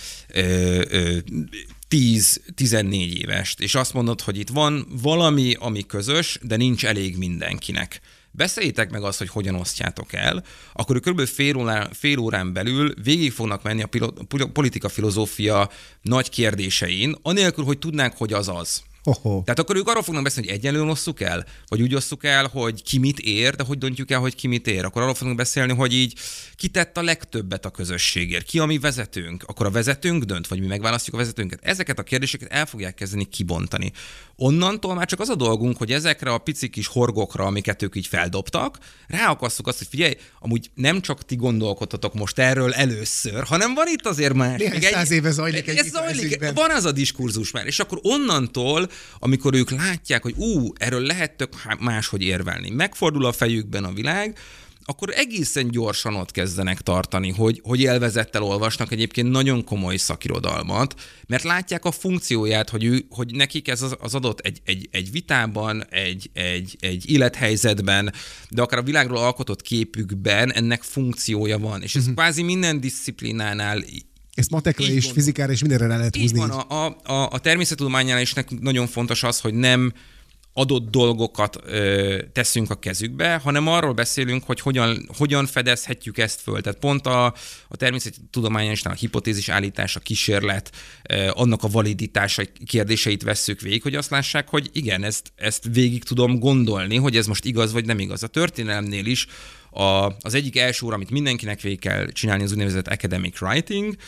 10-14 évest, és azt mondod, hogy itt van valami, ami közös, de nincs elég mindenkinek. Beszéljétek meg azt, hogy hogyan osztjátok el, akkor ők kb. fél órán belül végig fognak menni a politika-filozófia nagy kérdésein, anélkül, hogy tudnák, hogy az az. Tehát akkor ők arról fognak beszélni, hogy egyenlően osszuk el, vagy úgy osszuk el, hogy ki mit ér, de hogy döntjük el, hogy ki mit ér. Akkor arról fogunk beszélni, hogy így ki tett a legtöbbet a közösségért, ki a mi vezetőnk, akkor a vezetőnk dönt, vagy mi megválasztjuk a vezetőnket. Ezeket a kérdéseket el fogják kezdeni kibontani. Onnantól már csak az a dolgunk, hogy ezekre a pici kis horgokra, amiket ők így feldobtak, ráakasszuk azt, hogy figyelj, amúgy nem csak ti gondolkodtatok most erről először, hanem van itt azért más. Néhány 100 éve zajlik egy van az a diskurzus már, és akkor onnantól, amikor ők látják, hogy erről lehet tök máshogy érvelni, megfordul a fejükben a világ, akkor egészen gyorsan ott kezdenek tartani, hogy élvezettel olvasnak egyébként nagyon komoly szakirodalmat, mert látják a funkcióját, hogy nekik ez az adott egy vitában, egy élethelyzetben, de akár a világról alkotott képükben ennek funkciója van. És ez kvázi minden disziplinánál ezt matekra és fizikára és mindenre rá lehet húzni. Így van, a természettudománynál is nekünk nagyon fontos az, hogy nem adott dolgokat teszünk a kezükbe, hanem arról beszélünk, hogy hogyan fedezhetjük ezt föl. Tehát pont a természettudományosnál a hipotézis állítás, a kísérlet, annak a validitása kérdéseit vesszük végig, hogy azt lássák, hogy igen, ezt végig tudom gondolni, hogy ez most igaz vagy nem igaz. A történelemnél is az egyik első óra, amit mindenkinek végig kell csinálni, az úgynevezett academic writing,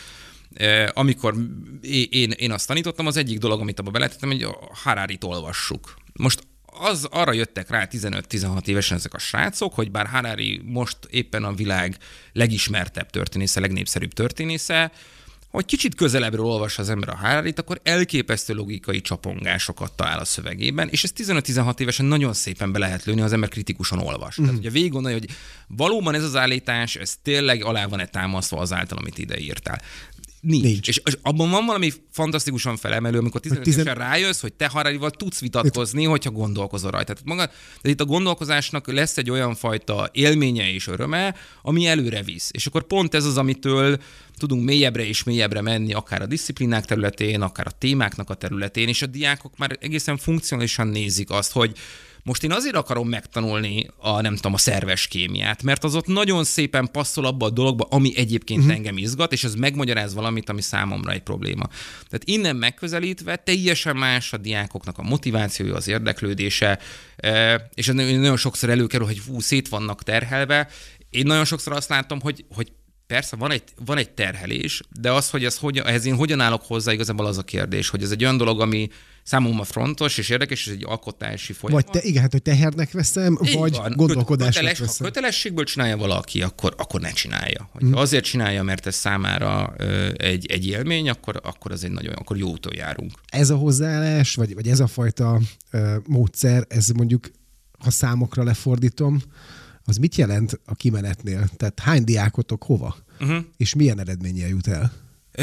Amikor én azt tanítottam, az egyik dolog, amit abba beletettem, hogy a Hararit olvassuk. Most arra jöttek rá 15-16 évesen ezek a srácok, hogy bár Harari most éppen a világ legismertebb történésze, legnépszerűbb történésze, hogy kicsit közelebbről olvas az ember a Hararit, akkor elképesztő logikai csapongásokat talál a szövegében, és ezt 15-16 évesen nagyon szépen be lehet lőni, ha az ember kritikusan olvas. Tehát ugye végig gondolja, hogy valóban ez az állítás, ez tényleg alá van-e támasztva azáltal, amit ide írtál. Nincs. És abban van valami fantasztikusan felemelő, amikor 15 évesen rájössz, hogy te Hararival tudsz vitatkozni, hogyha gondolkozol rajta. Tehát itt a gondolkozásnak lesz egy olyan fajta élménye és öröme, ami előre visz. És akkor pont ez az, amitől tudunk mélyebbre és mélyebbre menni, akár a disziplinák területén, akár a témáknak a területén, és a diákok már egészen funkcionálisan nézik azt, hogy most én azért akarom megtanulni a szerves kémiát, mert az ott nagyon szépen passzol abba a dologba, ami egyébként engem izgat, és ez megmagyaráz valamit, ami számomra egy probléma. Tehát innen megközelítve teljesen más a diákoknak a motivációja, az érdeklődése, és ez nagyon sokszor előkerül, hogy szét vannak terhelve. Én nagyon sokszor azt látom, hogy persze van egy terhelés, de az, hogy ehhez én hogyan állok hozzá, igazából az a kérdés, hogy ez egy olyan dolog, ami számomra fontos és érdekes, és egy alkotási folyamat. Vagy hogy tehernek veszem, vagy gondolkodásnak veszem. Ha kötelességből csinálja valaki, akkor ne csinálja. Ha azért csinálja, mert ez számára egy élmény, akkor az akkor jó úton járunk. Ez a hozzáállás, vagy ez a fajta módszer, ez mondjuk, ha számokra lefordítom, az mit jelent a kimenetnél? Tehát hány diákotok hova? És milyen eredménnyel jut el?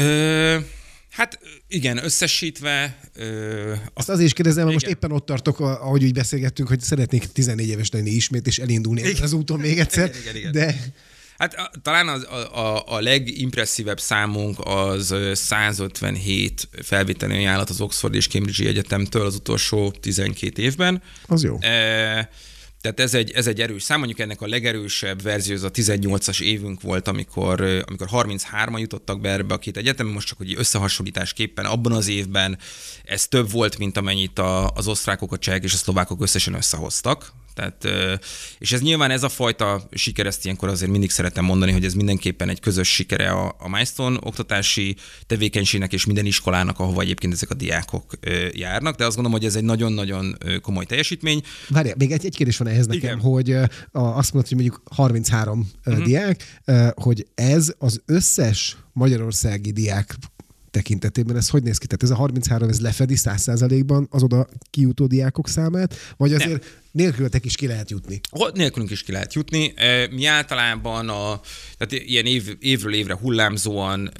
Hát igen, összesítve... Azt azért is kérdezem, mert most éppen ott tartok, ahogy úgy beszélgettünk, hogy szeretnék 14 éves lenni ismét, és elindulni az úton még egyszer. Igen. De... Hát talán a legimpresszívebb számunk az 157 felvételi ajánlat az Oxford és Cambridge Egyetemtől az utolsó 12 évben. Az jó. Tehát ez egy erős szám, mondjuk ennek a legerősebb verzió az a 18-as évünk volt, amikor 33-an jutottak be ebbe a két egyetem, most csak hogy összehasonlításképpen abban az évben ez több volt, mint amennyit az osztrákok, a csehek és a szlovákok összesen összehoztak. Tehát, és ez nyilván ez a fajta siker, ezt ilyenkor azért mindig szeretem mondani, hogy ez mindenképpen egy közös sikere a Milestone oktatási tevékenységnek és minden iskolának, ahova egyébként ezek a diákok járnak, de azt gondolom, hogy ez egy nagyon-nagyon komoly teljesítmény. Várjál, még egy kérdés van ehhez nekem, hogy azt mondod, hogy mondjuk 33 diák, hogy ez az összes magyarországi diák tekintetében ez hogy néz ki? Tehát ez a 33, ez lefedi 100%-ban az oda kijutó diákok számát, vagy azért nélkülötek is ki lehet jutni? Nélkülünk is ki lehet jutni. Mi általában tehát ilyen évről évre hullámzóan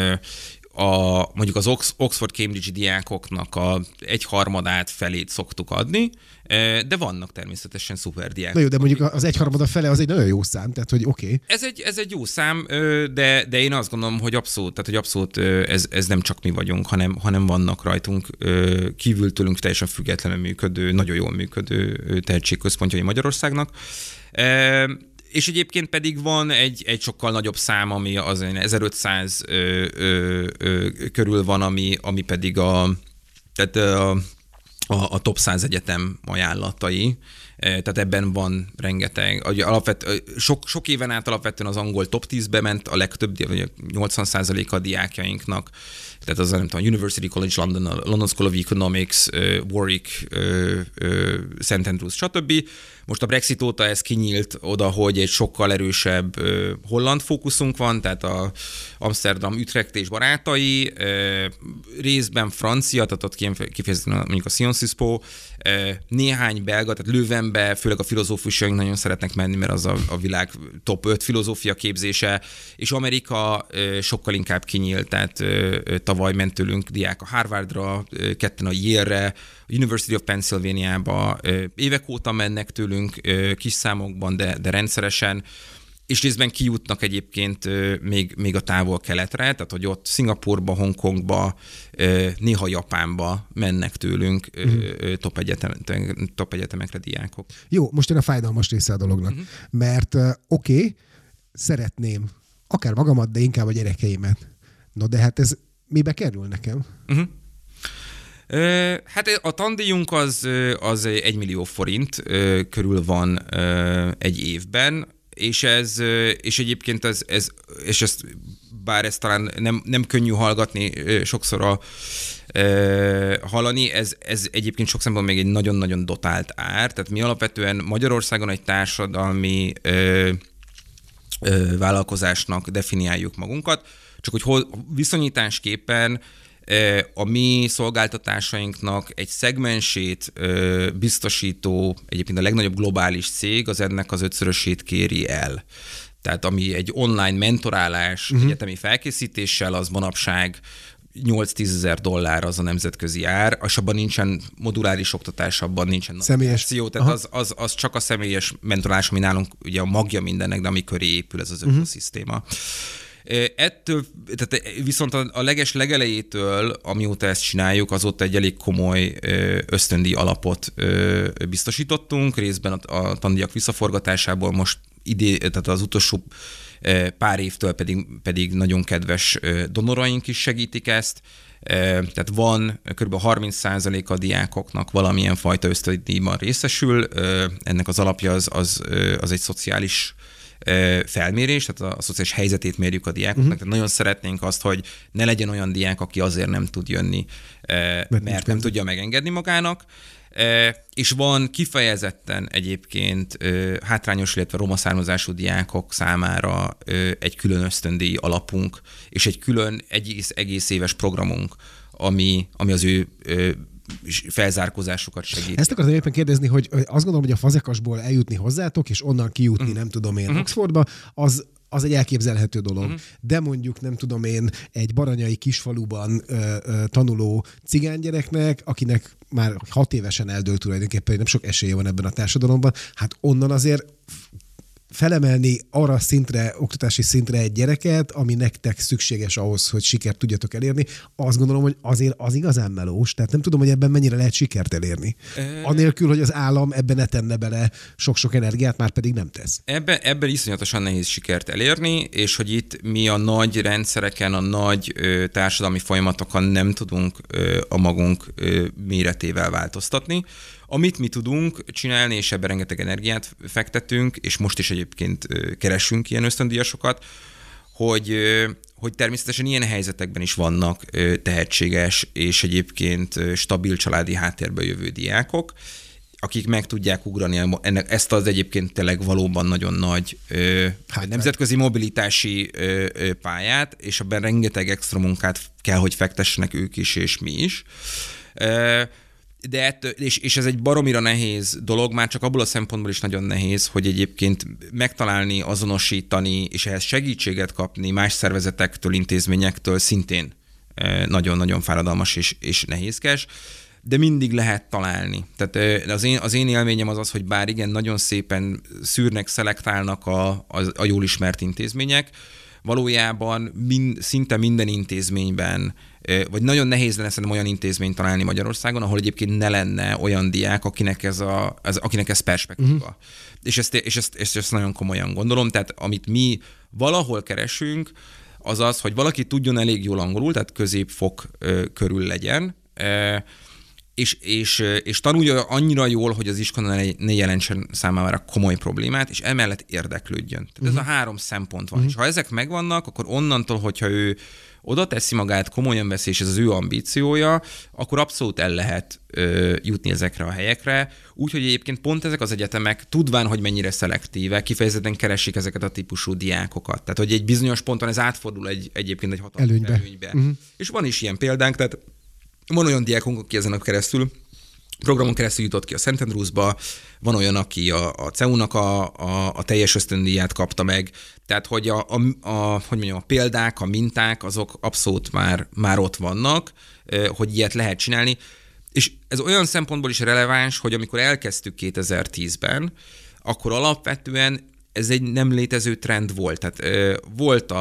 mondjuk az Oxford-Cambridge diákoknak a 1/3 felét szoktuk adni, de vannak természetesen szuper diákok. Na jó, de mondjuk az 1/3 fele az egy nagyon jó szám, tehát hogy oké. Ez egy jó szám, de én azt gondolom, hogy abszolút ez nem csak mi vagyunk, hanem vannak rajtunk kívül tőlünk teljesen függetlenül működő, nagyon jól működő tehetségközpontjai Magyarországnak. És egyébként pedig van egy sokkal nagyobb szám, ami az 1500 körül van, ami pedig a top 100 egyetem ajánlatai. Tehát ebben van rengeteg. Sok éven át alapvetően az angol top 10-be ment a legtöbb, 80%-a a diákjainknak. Tehát az, nem tudom, University College London, London School of Economics, Warwick, St. Andrews, stb. Most a Brexit óta ez kinyílt oda, hogy egy sokkal erősebb holland fókuszunk van, tehát a Amsterdam, Utrecht és barátai, részben francia, tehát ott kifejezetten mondjuk a Sciences Po, néhány belga, tehát Leuvenbe, főleg a filozófusaink nagyon szeretnek menni, mert az a világ top 5 filozófia képzése, és Amerika sokkal inkább kinyílt, tehát tavaly ment tőlünk diák a Harvardra, ketten a Yale-re, a University of Pennsylvania-ba, évek óta mennek tőlünk kis számokban, de rendszeresen, és részben kijutnak egyébként még a távol-keletre, tehát hogy ott Szingapurba, Hongkongba, néha Japánba mennek tőlünk top egyetemekre diákok. Jó, most jön a fájdalmas része a dolognak, mert oké, szeretném akár magamat, de inkább a gyerekeimet. No, de hát ez mibe kerül nekem? Hát a tandíjunk az 1 millió forint körül van egy évben, és egyébként és ezt bár ez talán nem könnyű hallgatni, sokszor hallani, ez egyébként sok szempontból még egy nagyon-nagyon dotált ár, tehát mi alapvetően Magyarországon egy társadalmi vállalkozásnak definiáljuk magunkat, csak hogy viszonyításképpen a mi szolgáltatásainknak egy szegmensét biztosító, egyébként a legnagyobb globális cég, az ennek az 5-szörösét kéri el. Tehát ami egy online mentorálás egyetemi felkészítéssel, az manapság $8-10 az a nemzetközi ár, és abban nincsen moduláris oktatás, abban nincsen navigáció, tehát az csak a személyes mentorálás, ami nálunk ugye a magja mindennek, de ami köré épül ez az ökoszisztéma. Ettől, tehát viszont a legelejétől, amióta ezt csináljuk, azóta egy elég komoly ösztöndíj alapot biztosítottunk, részben a tandíjak visszaforgatásából most tehát az utolsó pár évtől pedig nagyon kedves donoraink is segítik ezt. Tehát van kb. 30% a diákoknak valamilyen fajta ösztöndíjban részesül. Ennek az alapja az egy szociális felmérés, tehát a szociális helyzetét mérjük a diákoknak. Tehát nagyon szeretnénk azt, hogy ne legyen olyan diák, aki azért nem tud jönni, mert nem tudja megengedni magának. És van kifejezetten egyébként hátrányos, illetve roma származású diákok számára egy külön ösztöndíj alapunk, és egy külön egész éves programunk, ami az ő felzárkózásukat segít. Ezt akartam éppen kérdezni, hogy azt gondolom, hogy a Fazekasból eljutni hozzátok, és onnan kijutni, nem tudom én, Oxfordba, az egy elképzelhető dolog. De mondjuk, nem tudom én, egy baranyai kisfaluban tanuló cigánygyereknek, akinek már 6 évesen eldőlt tulajdonképpen, hogy nem sok esélye van ebben a társadalomban, hát onnan azért felemelni arra a szintre, oktatási szintre egy gyereket, ami nektek szükséges ahhoz, hogy sikert tudjatok elérni, azt gondolom, hogy azért az igazán melós, tehát nem tudom, hogy ebben mennyire lehet sikert elérni. Anélkül, hogy az állam ebben ne tenne bele sok-sok energiát, már pedig nem tesz. Ebben iszonyatosan nehéz sikert elérni, és hogy itt mi a nagy rendszereken, a nagy társadalmi folyamatokon nem tudunk a magunk méretével változtatni. Amit mi tudunk csinálni, és ebben rengeteg energiát fektetünk, és most is egyébként keresünk ilyen ösztöndíjasokat, hogy természetesen ilyen helyzetekben is vannak tehetséges és egyébként stabil családi háttérből jövő diákok, akik meg tudják ugrani ezt az egyébként tényleg valóban nagyon nagy nemzetközi mobilitási pályát, és abban rengeteg extra munkát kell, hogy fektessenek ők is, és mi is. És ez egy baromira nehéz dolog, már csak abból a szempontból is nagyon nehéz, hogy egyébként megtalálni, azonosítani, és ehhez segítséget kapni más szervezetektől, intézményektől szintén nagyon-nagyon fáradalmas és nehézkes, de mindig lehet találni. Tehát az én élményem az, hogy bár igen, nagyon szépen szűrnek, szelektálnak a jól ismert intézmények, valójában szinte minden intézményben, vagy nagyon nehéz lenne szerintem olyan intézményt találni Magyarországon, ahol egyébként ne lenne olyan diák, akinek ez perspektíva. És ezt nagyon komolyan gondolom, tehát amit mi valahol keresünk, az az, hogy valaki tudjon elég jól angolul, tehát középfok körül legyen, és tanulja annyira jól, hogy az iskola ne jelentsen számára komoly problémát, és emellett érdeklődjön. Tehát ez a 3 szempont van. És ha ezek megvannak, akkor onnantól, hogyha ő oda teszi magát, komolyan veszi, és ez az ő ambíciója, akkor abszolút el lehet jutni ezekre a helyekre. Úgyhogy egyébként pont ezek az egyetemek, tudván, hogy mennyire szelektíve, kifejezetten keresik ezeket a típusú diákokat. Tehát, hogy egy bizonyos ponton ez átfordul egyébként egy hatalmas előnybe. És van is ilyen példánk, tehát van olyan diákunk, aki ezen a programon keresztül jutott ki a Szent Andrewsba, van olyan, aki a CEU-nak a teljes ösztöndíját kapta meg, tehát hogy a példák, a minták, azok abszolút már ott vannak, hogy ilyet lehet csinálni, és ez olyan szempontból is releváns, hogy amikor elkezdtük 2010-ben, akkor alapvetően ez egy nem létező trend volt. Tehát volt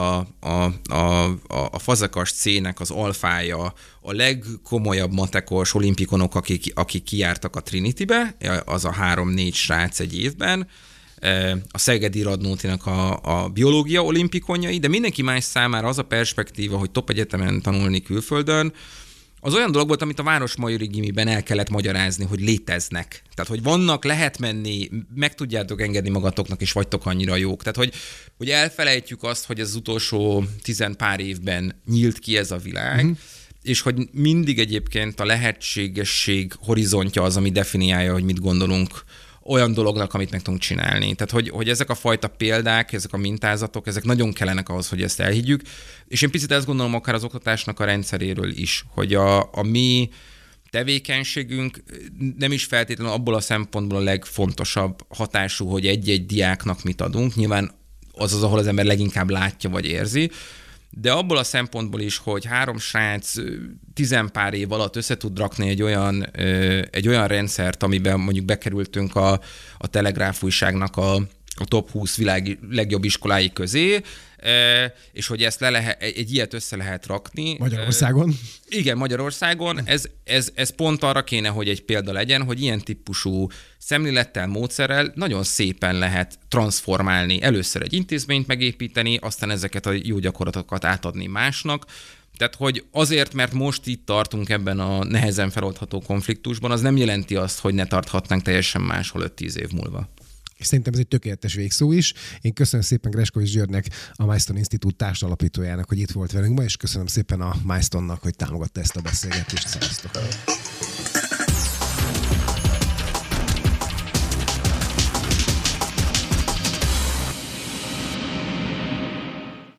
a Fazekas C-nek az alfája, a legkomolyabb matekos olimpikonok, akik kijártak a Trinitybe, az a 3-4 srác egy évben, a Szegedi Radnótinak a biológia olimpikonjai, de mindenki más számára az a perspektíva, hogy top egyetemen tanulni külföldön, az olyan dolog volt, amit a Városmajori Gimiben el kellett magyarázni, hogy léteznek. Tehát, hogy vannak, lehet menni, meg tudjátok engedni magatoknak, és vagytok annyira jók. Tehát, hogy elfelejtjük azt, hogy az utolsó 10 pár évben nyílt ki ez a világ, és hogy mindig egyébként a lehetségesség horizontja az, ami definiálja, hogy mit gondolunk olyan dolognak, amit meg tudunk csinálni. Tehát, hogy ezek a fajta példák, ezek a mintázatok, ezek nagyon kellenek ahhoz, hogy ezt elhiggyük. És én picit ezt gondolom akár az oktatásnak a rendszeréről is, hogy a mi tevékenységünk nem is feltétlenül abból a szempontból a legfontosabb hatású, hogy egy-egy diáknak mit adunk. Nyilván az, ahol az ember leginkább látja vagy érzi, de abból a szempontból is, hogy 3 srác 10 pár év alatt össze tud rakni egy olyan rendszert, amiben mondjuk bekerültünk a Telegráf újságnak a top 20 világi legjobb iskolái közé, és hogy ezt egy ilyet össze lehet rakni. Magyarországon? Igen, Magyarországon. Ez pont arra kéne, hogy egy példa legyen, hogy ilyen típusú szemlélettel, módszerrel nagyon szépen lehet transformálni. Először egy intézményt megépíteni, aztán ezeket a jó gyakorlatokat átadni másnak. Tehát, hogy azért, mert most itt tartunk ebben a nehezen feloldható konfliktusban, az nem jelenti azt, hogy ne tarthatnánk teljesen máshol 5-10 év múlva. És szerintem ez egy tökéletes végszó is. Én köszönöm szépen Greskovics Györgynek, a Milestone Institute társalapítójának, hogy itt volt velünk ma, és köszönöm szépen a Milestone-nak, hogy támogatta ezt a beszélgetést. Sziasztok!